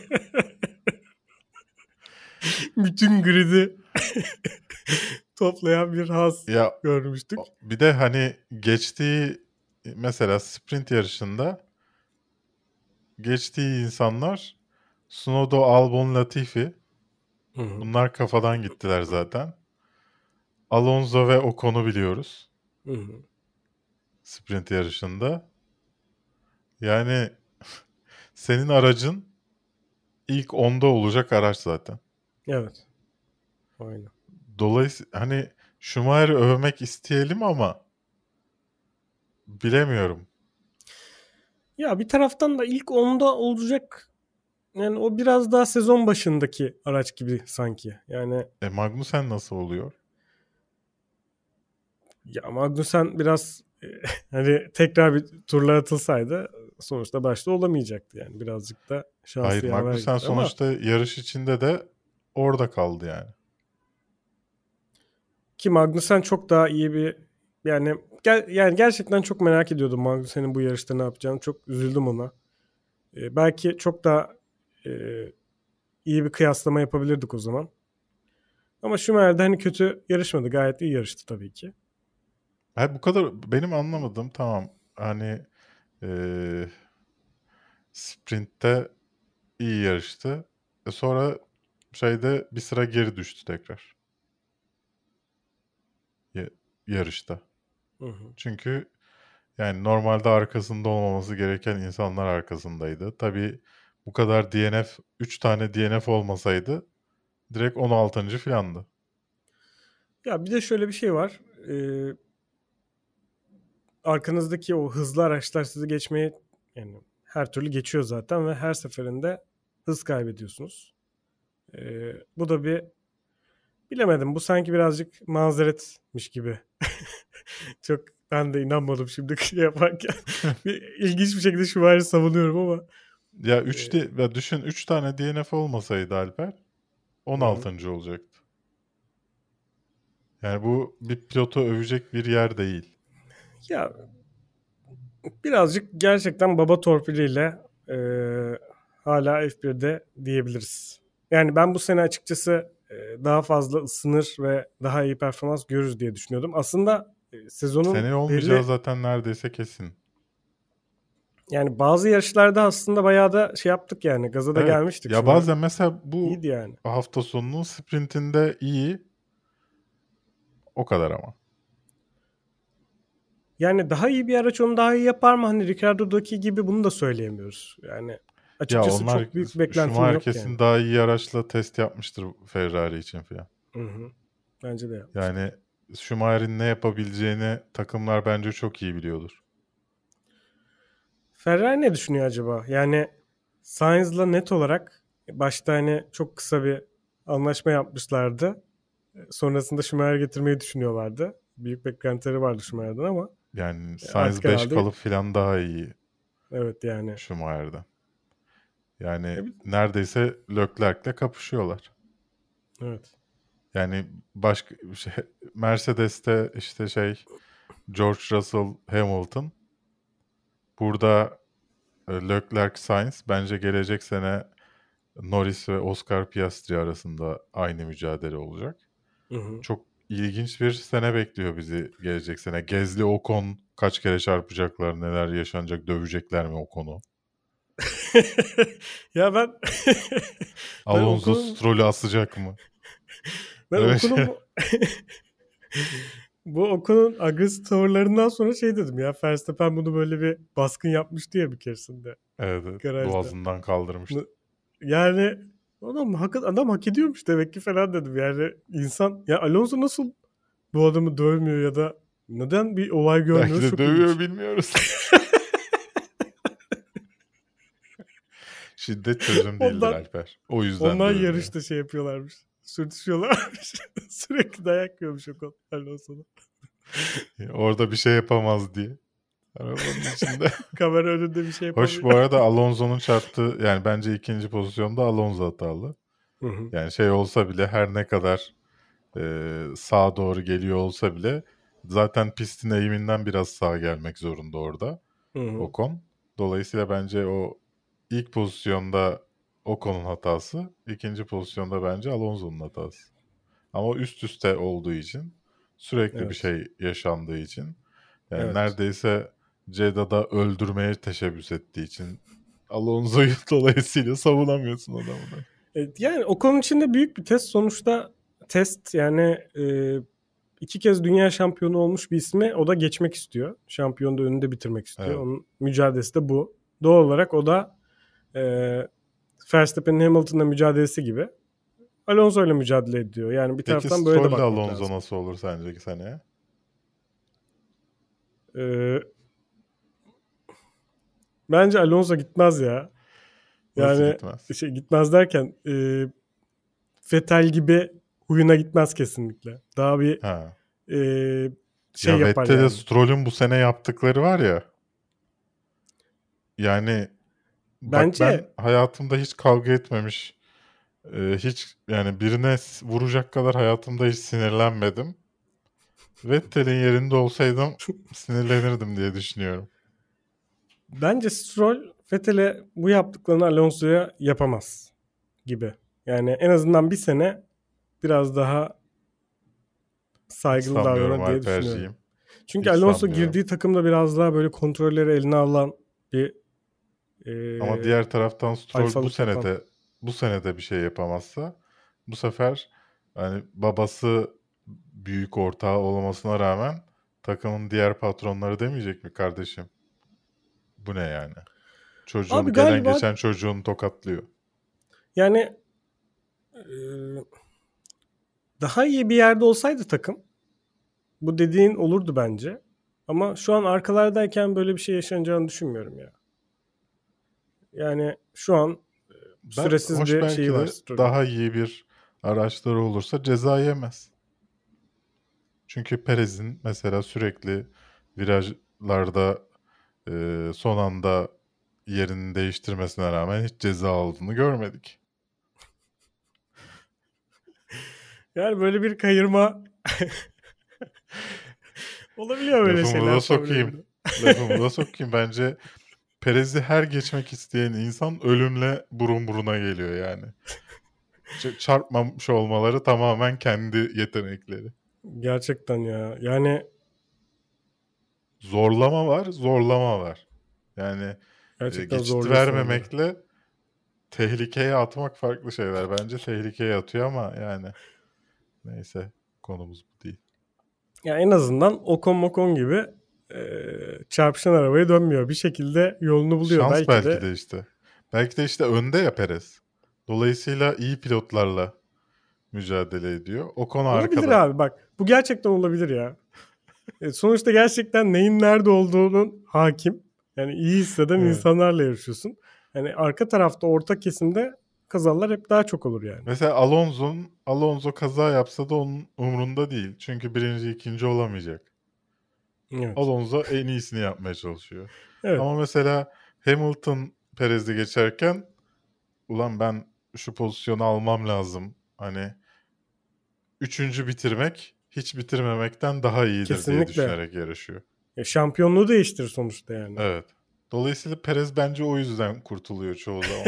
Speaker 4: Bütün grid'i toplayan bir haz
Speaker 5: Ya
Speaker 4: görmüştük.
Speaker 5: bir de hani geçtiği mesela sprint yarışında geçtiği insanlar Tsunoda, Albon, Latifi,
Speaker 4: Hı hı.
Speaker 5: bunlar kafadan gittiler zaten. Alonso ve Ocon'u biliyoruz
Speaker 4: Hı hı.
Speaker 5: sprint yarışında. Yani senin aracın ilk 10'da olacak araç zaten.
Speaker 4: Evet. Aynen.
Speaker 5: Dolayısıyla hani Schumacher'i övmek isteyelim ama bilemiyorum.
Speaker 4: Ya bir taraftan da ilk 10'da olacak. Yani o biraz daha sezon başındaki araç gibi sanki. Yani
Speaker 5: Magnussen nasıl oluyor?
Speaker 4: ya Magnussen biraz hani tekrar bir turlar atılsaydı sonuçta başta olamayacaktı yani. Birazcık da
Speaker 5: Hayır,
Speaker 4: şanslı yaver
Speaker 5: Magnussen
Speaker 4: gitti ama
Speaker 5: sonuçta yarış içinde de orada kaldı yani.
Speaker 4: ki Magnussen çok daha iyi bir yani yani gerçekten çok merak ediyordum Magnussen'in bu yarışta ne yapacağını. Çok üzüldüm ona. Belki çok daha e, iyi bir kıyaslama yapabilirdik o zaman. Ama Schumacher de hani kötü yarışmadı. Gayet iyi yarıştı tabii ki.
Speaker 5: Bu kadar benim anlamadığım, tamam hani sprintte iyi yarıştı. Sonra şeyde bir sıra geri düştü tekrar. Yarışta.
Speaker 4: Hı hı.
Speaker 5: Çünkü yani normalde arkasında olmaması gereken insanlar arkasındaydı. Tabii bu kadar DNF, 3 tane DNF olmasaydı direkt 16. filandı.
Speaker 4: Ya bir de şöyle bir şey var. Arkanızdaki o hızlı araçlar sizi geçmeye, yani her türlü geçiyor zaten ve her seferinde hız kaybediyorsunuz. Bu da bilemedim. Bu sanki birazcık mazeretmiş gibi. Çok ben de inanmadım şimdi yaparken. İlginç bir şekilde Schumacher'i savunuyorum ama.
Speaker 5: Ya düşün 3 tane DNF olmasaydı Alper 16. olacaktı. Yani bu bir pilotu övecek bir yer değil.
Speaker 4: Ya birazcık gerçekten baba torpiliyle hala F1'de diyebiliriz. Yani ben bu sene açıkçası daha fazla ısınır ve daha iyi performans görürüz diye düşünüyordum. Aslında sezonun
Speaker 5: Seneye olmayacağı zaten neredeyse kesin.
Speaker 4: Yani bazı yarışlarda aslında bayağı da şey yaptık yani. Gaza da gelmiştik.
Speaker 5: Ya bazen mesela bu
Speaker 4: iyiydi yani.
Speaker 5: Hafta sonunun sprintinde iyi. O kadar ama.
Speaker 4: Yani daha iyi bir araç onu daha iyi yapar mı? Hani Ricciardo'daki gibi bunu da söyleyemiyoruz. Yani açıkçası
Speaker 5: onlar,
Speaker 4: çok büyük beklentim yok
Speaker 5: kesin
Speaker 4: yani.
Speaker 5: daha iyi araçla test yapmıştır Ferrari için falan.
Speaker 4: Hı. Bence de yapmış.
Speaker 5: Yani Schumacher'in ne yapabileceğini takımlar bence çok iyi biliyordur.
Speaker 4: Ferrari ne düşünüyor acaba? Yani Sainz'la net olarak başta hani çok kısa bir anlaşma yapmışlardı. Sonrasında Schumacher getirmeyi düşünüyorlardı. Büyük beklentileri vardı Schumacher'dan ama
Speaker 5: Yani Sainz
Speaker 4: artık
Speaker 5: 5
Speaker 4: herhalde
Speaker 5: kalıp falan daha iyi
Speaker 4: evet yani.
Speaker 5: Schumacher'den. Yani neredeyse Leclerc'le kapışıyorlar.
Speaker 4: Evet.
Speaker 5: Yani başka Mercedes'te işte George Russell, Hamilton. Burada Leclerc, Sainz bence gelecek sene Norris ve Oscar Piastri arasında aynı mücadele olacak.
Speaker 4: Hı.
Speaker 5: Çok ilginç bir sene bekliyor bizi gelecek sene. Gasly, Ocon kaç kere çarpacaklar, neler yaşanacak, dövecekler mi Ocon'u?
Speaker 4: Ya ben
Speaker 5: Alonso
Speaker 4: Ocon'un
Speaker 5: Stroll'ü asacak mı?
Speaker 4: ben
Speaker 5: Öyle
Speaker 4: Ocon'un bu Ocon'un agresif tavırlarından sonra şey dedim ya, Verstappen bunu böyle bir baskın yapmıştı ya bir keresinde
Speaker 5: Evet,
Speaker 4: garajda.
Speaker 5: boğazından kaldırmıştı.
Speaker 4: Yani adam hak ediyormuş demek ki falan dedim. Yani insan ya Alonso nasıl bu adamı dövmüyor ya da neden bir olay
Speaker 5: Belki
Speaker 4: görmüyoruz
Speaker 5: de
Speaker 4: çok
Speaker 5: dövüyor,
Speaker 4: ilginç.
Speaker 5: bilmiyoruz. Şiddet çözüm değildir Alper. O yüzden
Speaker 4: Ondan
Speaker 5: dövülüyor.
Speaker 4: yarışta şey yapıyorlarmış. Sürtüşüyorlarmış. Sürekli dayak yiyormuş Ocon Alonso'da.
Speaker 5: Orada bir şey yapamaz diye. Arabanın içinde.
Speaker 4: Kamera önünde bir şey
Speaker 5: Hoş, bu
Speaker 4: yapamıyor.
Speaker 5: arada Alonso'nun çarptığı, yani bence ikinci pozisyonda Alonso hatalı.
Speaker 4: Hı hı.
Speaker 5: Yani olsa bile, her ne kadar sağa doğru geliyor olsa bile zaten pistin eğiminden biraz sağa gelmek zorunda orada
Speaker 4: Hı hı.
Speaker 5: Ocon. Dolayısıyla bence o ilk pozisyonda Ocon'un hatası, ikinci pozisyonda bence Alonso'nun hatası. Ama üst üste olduğu için, sürekli bir
Speaker 4: Evet.
Speaker 5: şey yaşandığı için, yani
Speaker 4: Evet.
Speaker 5: neredeyse Cedda'da öldürmeye teşebbüs ettiği için Alonso'yu dolayısıyla savunamıyorsun adamı.
Speaker 4: Yani Ocon için de büyük bir test. Sonuçta test yani 2 kez dünya şampiyonu olmuş bir ismi o da geçmek istiyor. Şampiyonu da önünde bitirmek istiyor.
Speaker 5: Evet.
Speaker 4: Onun mücadelesi de bu. Doğal olarak o da Verstappen'in Hamilton'la mücadelesi gibi Alonso ile mücadele ediyor. Yani bir
Speaker 5: Peki
Speaker 4: taraftan böyle de
Speaker 5: Stroll'le
Speaker 4: bakmak
Speaker 5: Alonso
Speaker 4: lazım.
Speaker 5: nasıl olur sence seneye?
Speaker 4: Bence Alonso gitmez ya.
Speaker 5: Nasıl
Speaker 4: Yani
Speaker 5: gitmez?
Speaker 4: gitmez derken Vettel gibi huyuna gitmez kesinlikle. Daha bir
Speaker 5: Ha.
Speaker 4: şey
Speaker 5: Ya
Speaker 4: yapar
Speaker 5: Vettel'e
Speaker 4: yani.
Speaker 5: Stroll'ün bu sene yaptıkları var ya. Yani bak, ben
Speaker 4: Bence
Speaker 5: hayatımda hiç kavga etmemiş, hiç yani birine vuracak kadar hayatımda hiç sinirlenmedim. Vettel'in yerinde olsaydım sinirlenirdim diye düşünüyorum.
Speaker 4: Bence Stroll Vettel'e bu yaptıklarını Alonso'ya yapamaz gibi. Yani en azından bir sene biraz daha saygılı
Speaker 5: Sanmıyorum
Speaker 4: davranır diye düşünüyorum.
Speaker 5: Alperciğim.
Speaker 4: Çünkü
Speaker 5: Hiç
Speaker 4: Alonso
Speaker 5: sanmıyorum.
Speaker 4: girdiği takımda biraz daha böyle kontrolleri eline alan bir
Speaker 5: Ama diğer taraftan Stroll
Speaker 4: alfalık yapan.
Speaker 5: bu senede bir şey yapamazsa bu sefer hani babası büyük ortağı olmasına rağmen takımın diğer patronları demeyecek mi kardeşim? Bu ne yani?
Speaker 4: Abi
Speaker 5: Gelen
Speaker 4: galiba
Speaker 5: geçen çocuğunu tokatlıyor.
Speaker 4: yani daha iyi bir yerde olsaydı takım bu dediğin olurdu bence. Ama şu an arkalardayken böyle bir şey yaşanacağını düşünmüyorum ya. Yani şu an süresiz bir şeyi
Speaker 5: Belki
Speaker 4: var
Speaker 5: de
Speaker 4: Stroll'ün.
Speaker 5: daha iyi bir araçları olursa ceza yemez. Çünkü Perez'in mesela sürekli virajlarda son anda yerini değiştirmesine rağmen hiç ceza aldığını görmedik.
Speaker 4: Yani böyle bir kayırma olabiliyor böyle
Speaker 5: Lafımı
Speaker 4: şeyler
Speaker 5: da
Speaker 4: Formula
Speaker 5: sokayım.
Speaker 4: 1'de.
Speaker 5: Lafımı da sokayım. Bence Perez'i her geçmek isteyen insan ölümle burun buruna geliyor yani. Çarpmamış olmaları tamamen kendi yetenekleri.
Speaker 4: Gerçekten ya. Yani
Speaker 5: Zorlama var, zorlama var. Yani
Speaker 4: gerçekten
Speaker 5: geçit
Speaker 4: zorluyorsun onları.
Speaker 5: vermemekle tehlikeye atmak farklı şeyler. Bence tehlikeye atıyor ama yani neyse, konumuz bu değil.
Speaker 4: Ya en azından Ocon gibi çarpışan arabaya dönmüyor. Bir şekilde yolunu buluyor.
Speaker 5: Şans
Speaker 4: Belki
Speaker 5: belki
Speaker 4: de
Speaker 5: de işte. Belki de işte önde ya Perez. Dolayısıyla iyi pilotlarla mücadele ediyor. Ocon
Speaker 4: olabilir
Speaker 5: arkada.
Speaker 4: abi bak. Bu gerçekten olabilir ya. Sonuçta gerçekten neyin nerede olduğunun hakim. Yani iyi hisseden
Speaker 5: Evet.
Speaker 4: insanlarla yarışıyorsun. Yani arka tarafta orta kesimde kazalar hep daha çok olur yani.
Speaker 5: Mesela Alonso kaza yapsa da onun umrunda değil. Çünkü birinci, ikinci olamayacak.
Speaker 4: Evet.
Speaker 5: Alonso en iyisini yapmaya çalışıyor.
Speaker 4: Evet.
Speaker 5: Ama mesela Hamilton Perez'i geçerken ulan ben şu pozisyonu almam lazım. Hani üçüncü bitirmek hiç bitirmemekten daha iyidir diye
Speaker 4: Kesinlikle.
Speaker 5: düşünerek yarışıyor.
Speaker 4: Şampiyonluğu değiştirir sonuçta yani.
Speaker 5: Evet. Dolayısıyla Perez bence o yüzden kurtuluyor çoğu zaman.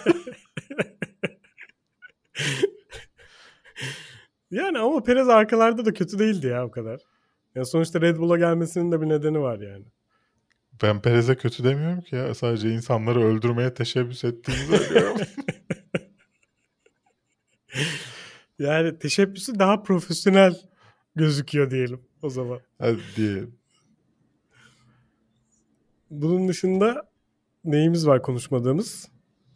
Speaker 4: Yani ama Perez arkalarda da kötü değildi ya o kadar. Yani sonuçta Red Bull'a gelmesinin de bir nedeni var yani.
Speaker 5: Ben Perez'e kötü demiyorum ki ya. Sadece insanları öldürmeye teşebbüs ettiğini söylüyorum.
Speaker 4: Yani teşebbüsü daha profesyonel gözüküyor diyelim o zaman.
Speaker 5: Hadi diyelim.
Speaker 4: Bunun dışında neyimiz var konuşmadığımız?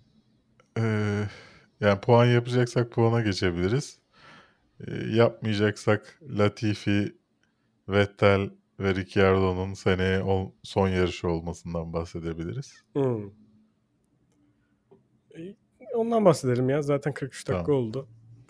Speaker 5: Yani puan yapacaksak puana geçebiliriz. Yapmayacaksak Latifi, Vettel ve Ricciardo'nun seneye son yarışı olmasından bahsedebiliriz.
Speaker 4: Ondan bahsedelim ya. Zaten 43 dakika
Speaker 5: Tamam.
Speaker 4: oldu.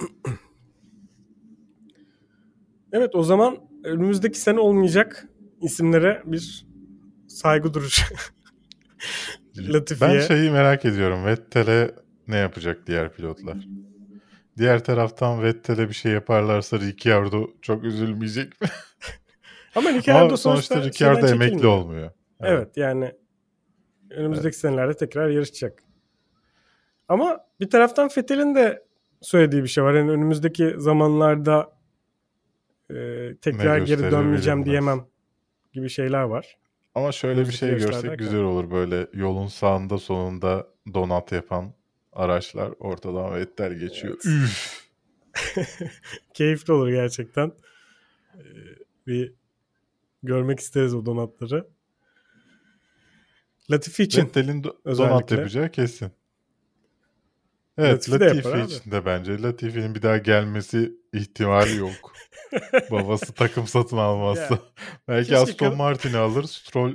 Speaker 4: Evet o zaman önümüzdeki sene olmayacak isimlere bir saygı duruşu. Latifi'ye.
Speaker 5: Ben şeyi merak ediyorum. Vettel'e ne yapacak diğer pilotlar? Diğer taraftan Vettel'e bir şey yaparlarsa Ricciardo çok üzülmeyecek mi?
Speaker 4: Ama Ricciardo
Speaker 5: Ama sonuçta Ricciardo
Speaker 4: şeyden
Speaker 5: emekli
Speaker 4: çekilmiyor.
Speaker 5: olmuyor.
Speaker 4: Evet yani önümüzdeki senelerde tekrar yarışacak. Ama bir taraftan Vettel'in de söylediği bir şey var. Yani önümüzdeki zamanlarda tekrar geri
Speaker 5: gösterir
Speaker 4: dönmeyeceğim
Speaker 5: bilinmez.
Speaker 4: diyemem gibi şeyler var.
Speaker 5: Ama şöyle bir
Speaker 4: Önümüzdeki
Speaker 5: şey görsek
Speaker 4: yarışlardayken.
Speaker 5: güzel olur. Böyle yolun sağında sonunda donat yapan araçlar ortadan Vettel geçiyor.
Speaker 4: Evet.
Speaker 5: Üf!
Speaker 4: Keyifli olur gerçekten. Bir görmek isteriz o donatları. Latifi için
Speaker 5: Vettel'in donat
Speaker 4: özellikle.
Speaker 5: yapacağı kesin. Evet,
Speaker 4: Latifi de yapar
Speaker 5: Latifi
Speaker 4: abi.
Speaker 5: için de bence. Latifi'nin bir daha gelmesi ihtimali yok. Babası takım satın almazsa.
Speaker 4: Ya,
Speaker 5: Belki
Speaker 4: keşke
Speaker 5: Aston Martin'i alır, Stroll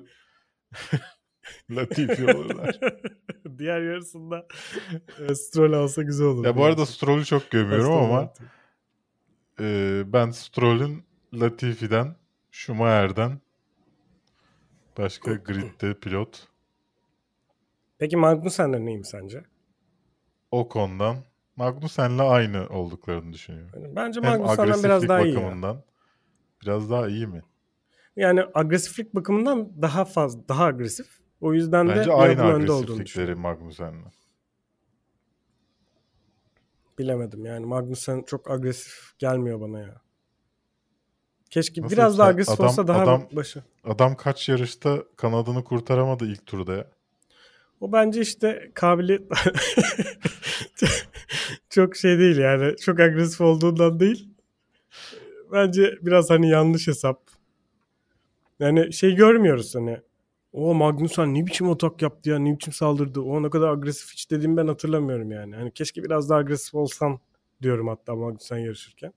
Speaker 5: Latifi olurlar.
Speaker 4: Diğer yarısında Stroll alsa güzel olur.
Speaker 5: Ya bu arada Stroll'ü çok gömüyorum
Speaker 4: Aston
Speaker 5: ama
Speaker 4: Martin.
Speaker 5: ben Stroll'ün Latifi'den, Schumacher'den başka gridde pilot
Speaker 4: Peki Magnussen'den neyim sence?
Speaker 5: Ocon'dan Magnussen'le aynı olduklarını düşünüyorum.
Speaker 4: Bence
Speaker 5: Hem
Speaker 4: Magnussen'den biraz
Speaker 5: agresiflik
Speaker 4: daha iyi ya.
Speaker 5: bakımından biraz daha iyi mi?
Speaker 4: Yani agresiflik bakımından daha fazla, daha agresif. O yüzden
Speaker 5: Bence
Speaker 4: de bir
Speaker 5: aynı
Speaker 4: adım önde olduğunu
Speaker 5: agresiflikleri
Speaker 4: düşünüyorum.
Speaker 5: Magnussen'le.
Speaker 4: Bilemedim yani Magnussen çok agresif gelmiyor bana ya. Keşke
Speaker 5: Nasıl
Speaker 4: biraz daha
Speaker 5: sen-
Speaker 4: agresif
Speaker 5: adam-
Speaker 4: olsa daha
Speaker 5: adam-
Speaker 4: başı.
Speaker 5: Adam kaç yarışta kanadını kurtaramadı ilk turda ya.
Speaker 4: O bence işte kabiliyet çok şey değil yani. Çok agresif olduğundan değil. Bence biraz hani yanlış hesap. Yani şey görmüyoruz hani. O Magnussen ne biçim atak yaptı ya, ne biçim saldırdı. O ne kadar agresif hiç dediğimi ben hatırlamıyorum yani. Hani keşke biraz daha agresif olsan diyorum hatta Magnussen yarışırken.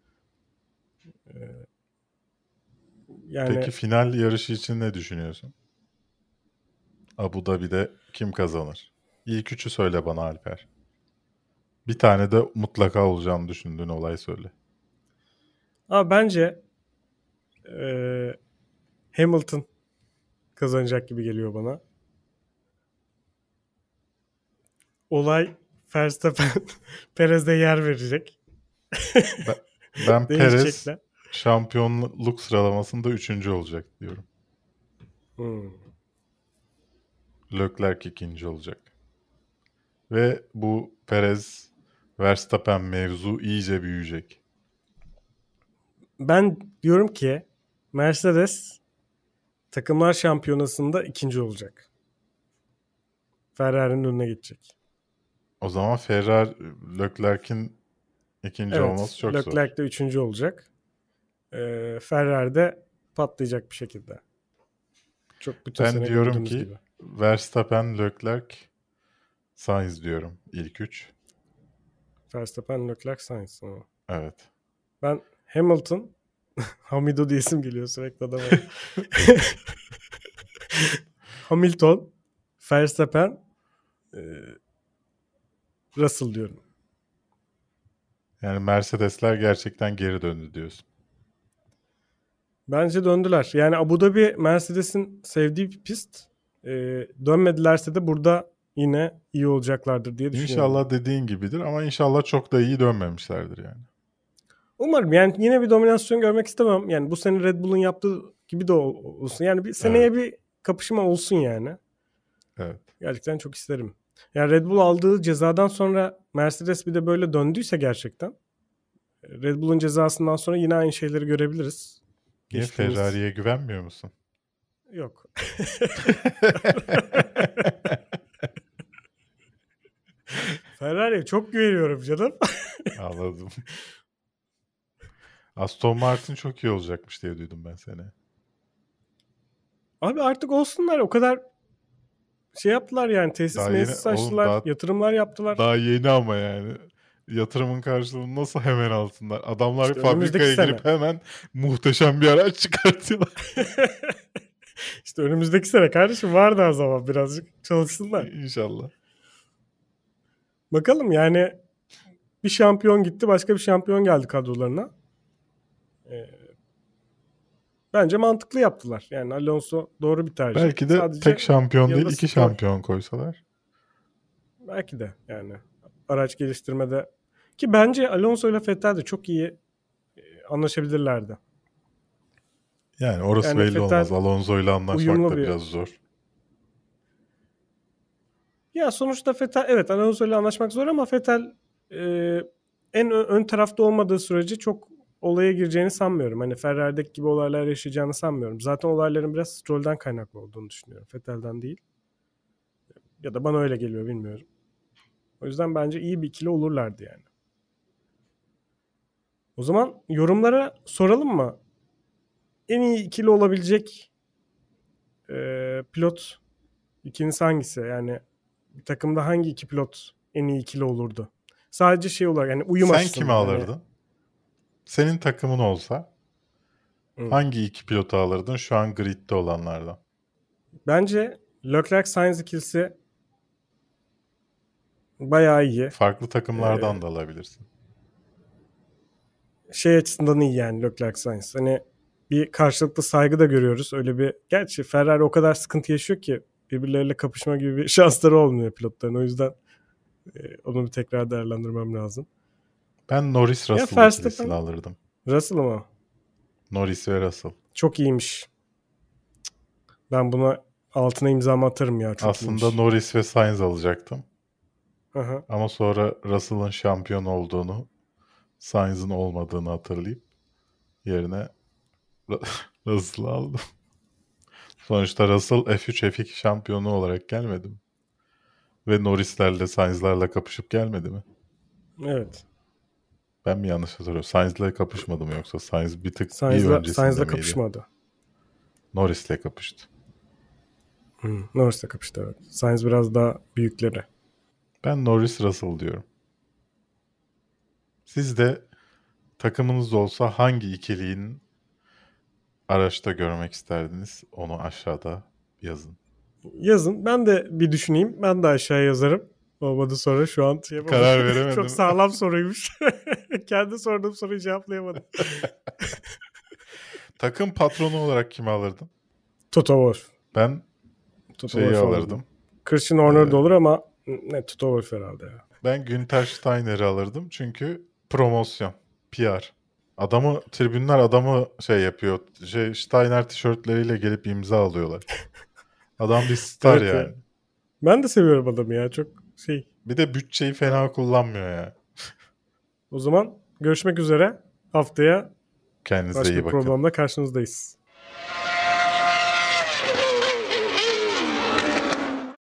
Speaker 4: Yani
Speaker 5: Peki final yarışı için ne düşünüyorsun? Abu Dhabi'de kim kazanır? İlk üçü söyle bana Alper. Bir tane de mutlaka olacağını düşündüğün olay söyle.
Speaker 4: ama bence Hamilton kazanacak gibi geliyor bana. Olay Verstappen Perez'de yer verecek.
Speaker 5: Ben Perez
Speaker 4: Değişecekler.
Speaker 5: şampiyonluk sıralamasında 3. olacak diyorum. Leclerc 2. olacak. Ve bu Perez Verstappen mevzu iyice büyüyecek.
Speaker 4: Ben diyorum ki Mercedes takımlar şampiyonasında 2. olacak. Ferrari'nin önüne geçecek.
Speaker 5: O zaman Ferrari Leclerc'in 2. olması çok zor.
Speaker 4: Leclerc de 3. olacak. Ferrari de patlayacak bir şekilde. Çok bütün
Speaker 5: Ben
Speaker 4: sene
Speaker 5: diyorum
Speaker 4: gördüğümüz
Speaker 5: ki
Speaker 4: gibi.
Speaker 5: Verstappen, Leclerc, Sainz diyorum ilk 3.
Speaker 4: Verstappen, Leclerc, Sainz.
Speaker 5: Evet.
Speaker 4: Ben Hamilton, Hamido diye isim geliyor sürekli adama. Hamilton, Verstappen, Russell diyorum.
Speaker 5: Yani Mercedesler gerçekten geri döndü diyorsun.
Speaker 4: Bence döndüler. Yani Abu Dhabi Mercedes'in sevdiği bir pist. Dönmedilerse de burada yine iyi olacaklardır diye düşünüyorum.
Speaker 5: İnşallah dediğin gibidir ama inşallah çok da iyi dönmemişlerdir yani.
Speaker 4: Umarım yani yine bir dominasyon görmek istemem. Yani bu sene Red Bull'un yaptığı gibi de olsun. Yani bir seneye bir kapışma olsun yani.
Speaker 5: Evet.
Speaker 4: Gerçekten çok isterim. Yani Red Bull aldığı cezadan sonra Mercedes bir de böyle döndüyse gerçekten Red Bull'un cezasından sonra yine aynı şeyleri görebiliriz.
Speaker 5: Niye Ferrari'ye güvenmiyor musun?
Speaker 4: Yok. Ferrari'ye çok güveniyorum canım.
Speaker 5: Anladım. Aston Martin çok iyi olacakmış diye duydum ben seni.
Speaker 4: Abi artık olsunlar. O kadar şey yaptılar yani. Tesis mesis açtılar. Yatırımlar yaptılar.
Speaker 5: Daha yeni ama yani. Yatırımın karşılığını nasıl hemen alsınlar? Adamlar
Speaker 4: İşte
Speaker 5: fabrikaya girip hemen muhteşem bir araç çıkartıyorlar.
Speaker 4: İşte önümüzdeki sene kardeşim var da o zaman birazcık çalışsınlar.
Speaker 5: İnşallah.
Speaker 4: Bakalım yani bir şampiyon gitti, başka bir şampiyon geldi kadrolarına. Bence mantıklı yaptılar. Yani Alonso doğru bir tercih.
Speaker 5: Belki de
Speaker 4: sadece
Speaker 5: tek şampiyon değil,
Speaker 4: yanında
Speaker 5: 2
Speaker 4: Stroll.
Speaker 5: şampiyon koysalar.
Speaker 4: Belki de yani araç geliştirmede. Ki bence Alonso ile Vettel de çok iyi anlaşabilirlerdi.
Speaker 5: Yani orası
Speaker 4: Yani
Speaker 5: belli
Speaker 4: Vettel
Speaker 5: olmaz. Alonso ile anlaşmak
Speaker 4: uyumlu
Speaker 5: da
Speaker 4: bir-
Speaker 5: biraz zor.
Speaker 4: Ya sonuçta Vettel evet Alonso ile anlaşmak zor ama Vettel en ön tarafta olmadığı sürece çok olaya gireceğini sanmıyorum. Hani Ferrari'deki gibi olaylar yaşayacağını sanmıyorum. Zaten olayların biraz Stroll'den kaynaklı olduğunu düşünüyorum. Vettel'den değil. Ya da bana öyle geliyor bilmiyorum. O yüzden bence iyi bir ikili olurlardı yani. O zaman yorumlara soralım mı? En iyi ikili olabilecek pilot ikincisi hangisi? Yani bir takımda hangi iki pilot en iyi ikili olurdu? Sadece şey olarak yani uyum
Speaker 5: Sen
Speaker 4: açısından.
Speaker 5: kimi alırdın? Senin takımın olsa
Speaker 4: Hı.
Speaker 5: hangi iki pilotu alırdın şu an gridde olanlardan?
Speaker 4: Bence Leclerc-Sainz ikilisi bayağı iyi.
Speaker 5: Farklı takımlardan da alabilirsin.
Speaker 4: Şey açısından iyi yani Leclerc-Sainz. Hani bir karşılıklı saygı da görüyoruz. Öyle bir gerçi Ferrari o kadar sıkıntı yaşıyor ki birbirleriyle kapışma gibi bir şansları olmuyor pilotların. O yüzden onu bir tekrar değerlendirmem lazım.
Speaker 5: Ben Norris Russell
Speaker 4: Verstappen-
Speaker 5: ikilisini alırdım.
Speaker 4: Russell mı?
Speaker 5: Norris ve Russell.
Speaker 4: Çok iyiymiş. Ben buna altına imzamı atarım ya. Çok
Speaker 5: Aslında
Speaker 4: iyiymiş.
Speaker 5: Norris ve Sainz alacaktım.
Speaker 4: Aha.
Speaker 5: Ama sonra Russell'ın şampiyon olduğunu, Sainz'ın olmadığını hatırlayıp yerine Russell'ı aldım. Sonuçta Russell F3 F2 şampiyonu olarak gelmedi mi? Ve Norris'lerle Sainz'larla kapışıp gelmedi mi?
Speaker 4: Evet.
Speaker 5: Ben mi yanlış hatırlıyorum? Sainz'la kapışmadı mı yoksa? Sainz bir tık bir
Speaker 4: Sainz'la
Speaker 5: öncesinde miydi?
Speaker 4: kapışmadı.
Speaker 5: Norris'le kapıştı.
Speaker 4: Norris'le kapıştı, evet. Sainz biraz daha büyükleri.
Speaker 5: Ben Norris Russell diyorum. Siz de takımınız olsa hangi ikiliğin araçta görmek isterdiniz? Onu aşağıda yazın.
Speaker 4: Yazın. Ben de bir düşüneyim. Ben de aşağıya yazarım. Olmadı sonra şu an şey yapamadım.
Speaker 5: Karar veremedim.
Speaker 4: Çok sağlam soruymuş. Kendi sorduğum soruyu cevaplayamadım.
Speaker 5: Takım patronu olarak kimi alırdın?
Speaker 4: Toto Wolff.
Speaker 5: Ben şeyi
Speaker 4: Wolff
Speaker 5: alırdım.
Speaker 4: Christian Horner da olur ama ne, Toto Wolff herhalde ya.
Speaker 5: Ben Günther Steiner'i alırdım çünkü promosyon, PR. Tribünler adamı şey yapıyor. Steiner tişörtleriyle gelip imza alıyorlar. Adam bir star
Speaker 4: Evet ya.
Speaker 5: yani.
Speaker 4: Ben de seviyorum adamı ya. Çok şey.
Speaker 5: Bir de bütçeyi fena kullanmıyor ya.
Speaker 4: O zaman görüşmek üzere. Haftaya
Speaker 5: Kendinize
Speaker 4: başka
Speaker 5: iyi
Speaker 4: bir
Speaker 5: bakın.
Speaker 4: programda karşınızdayız.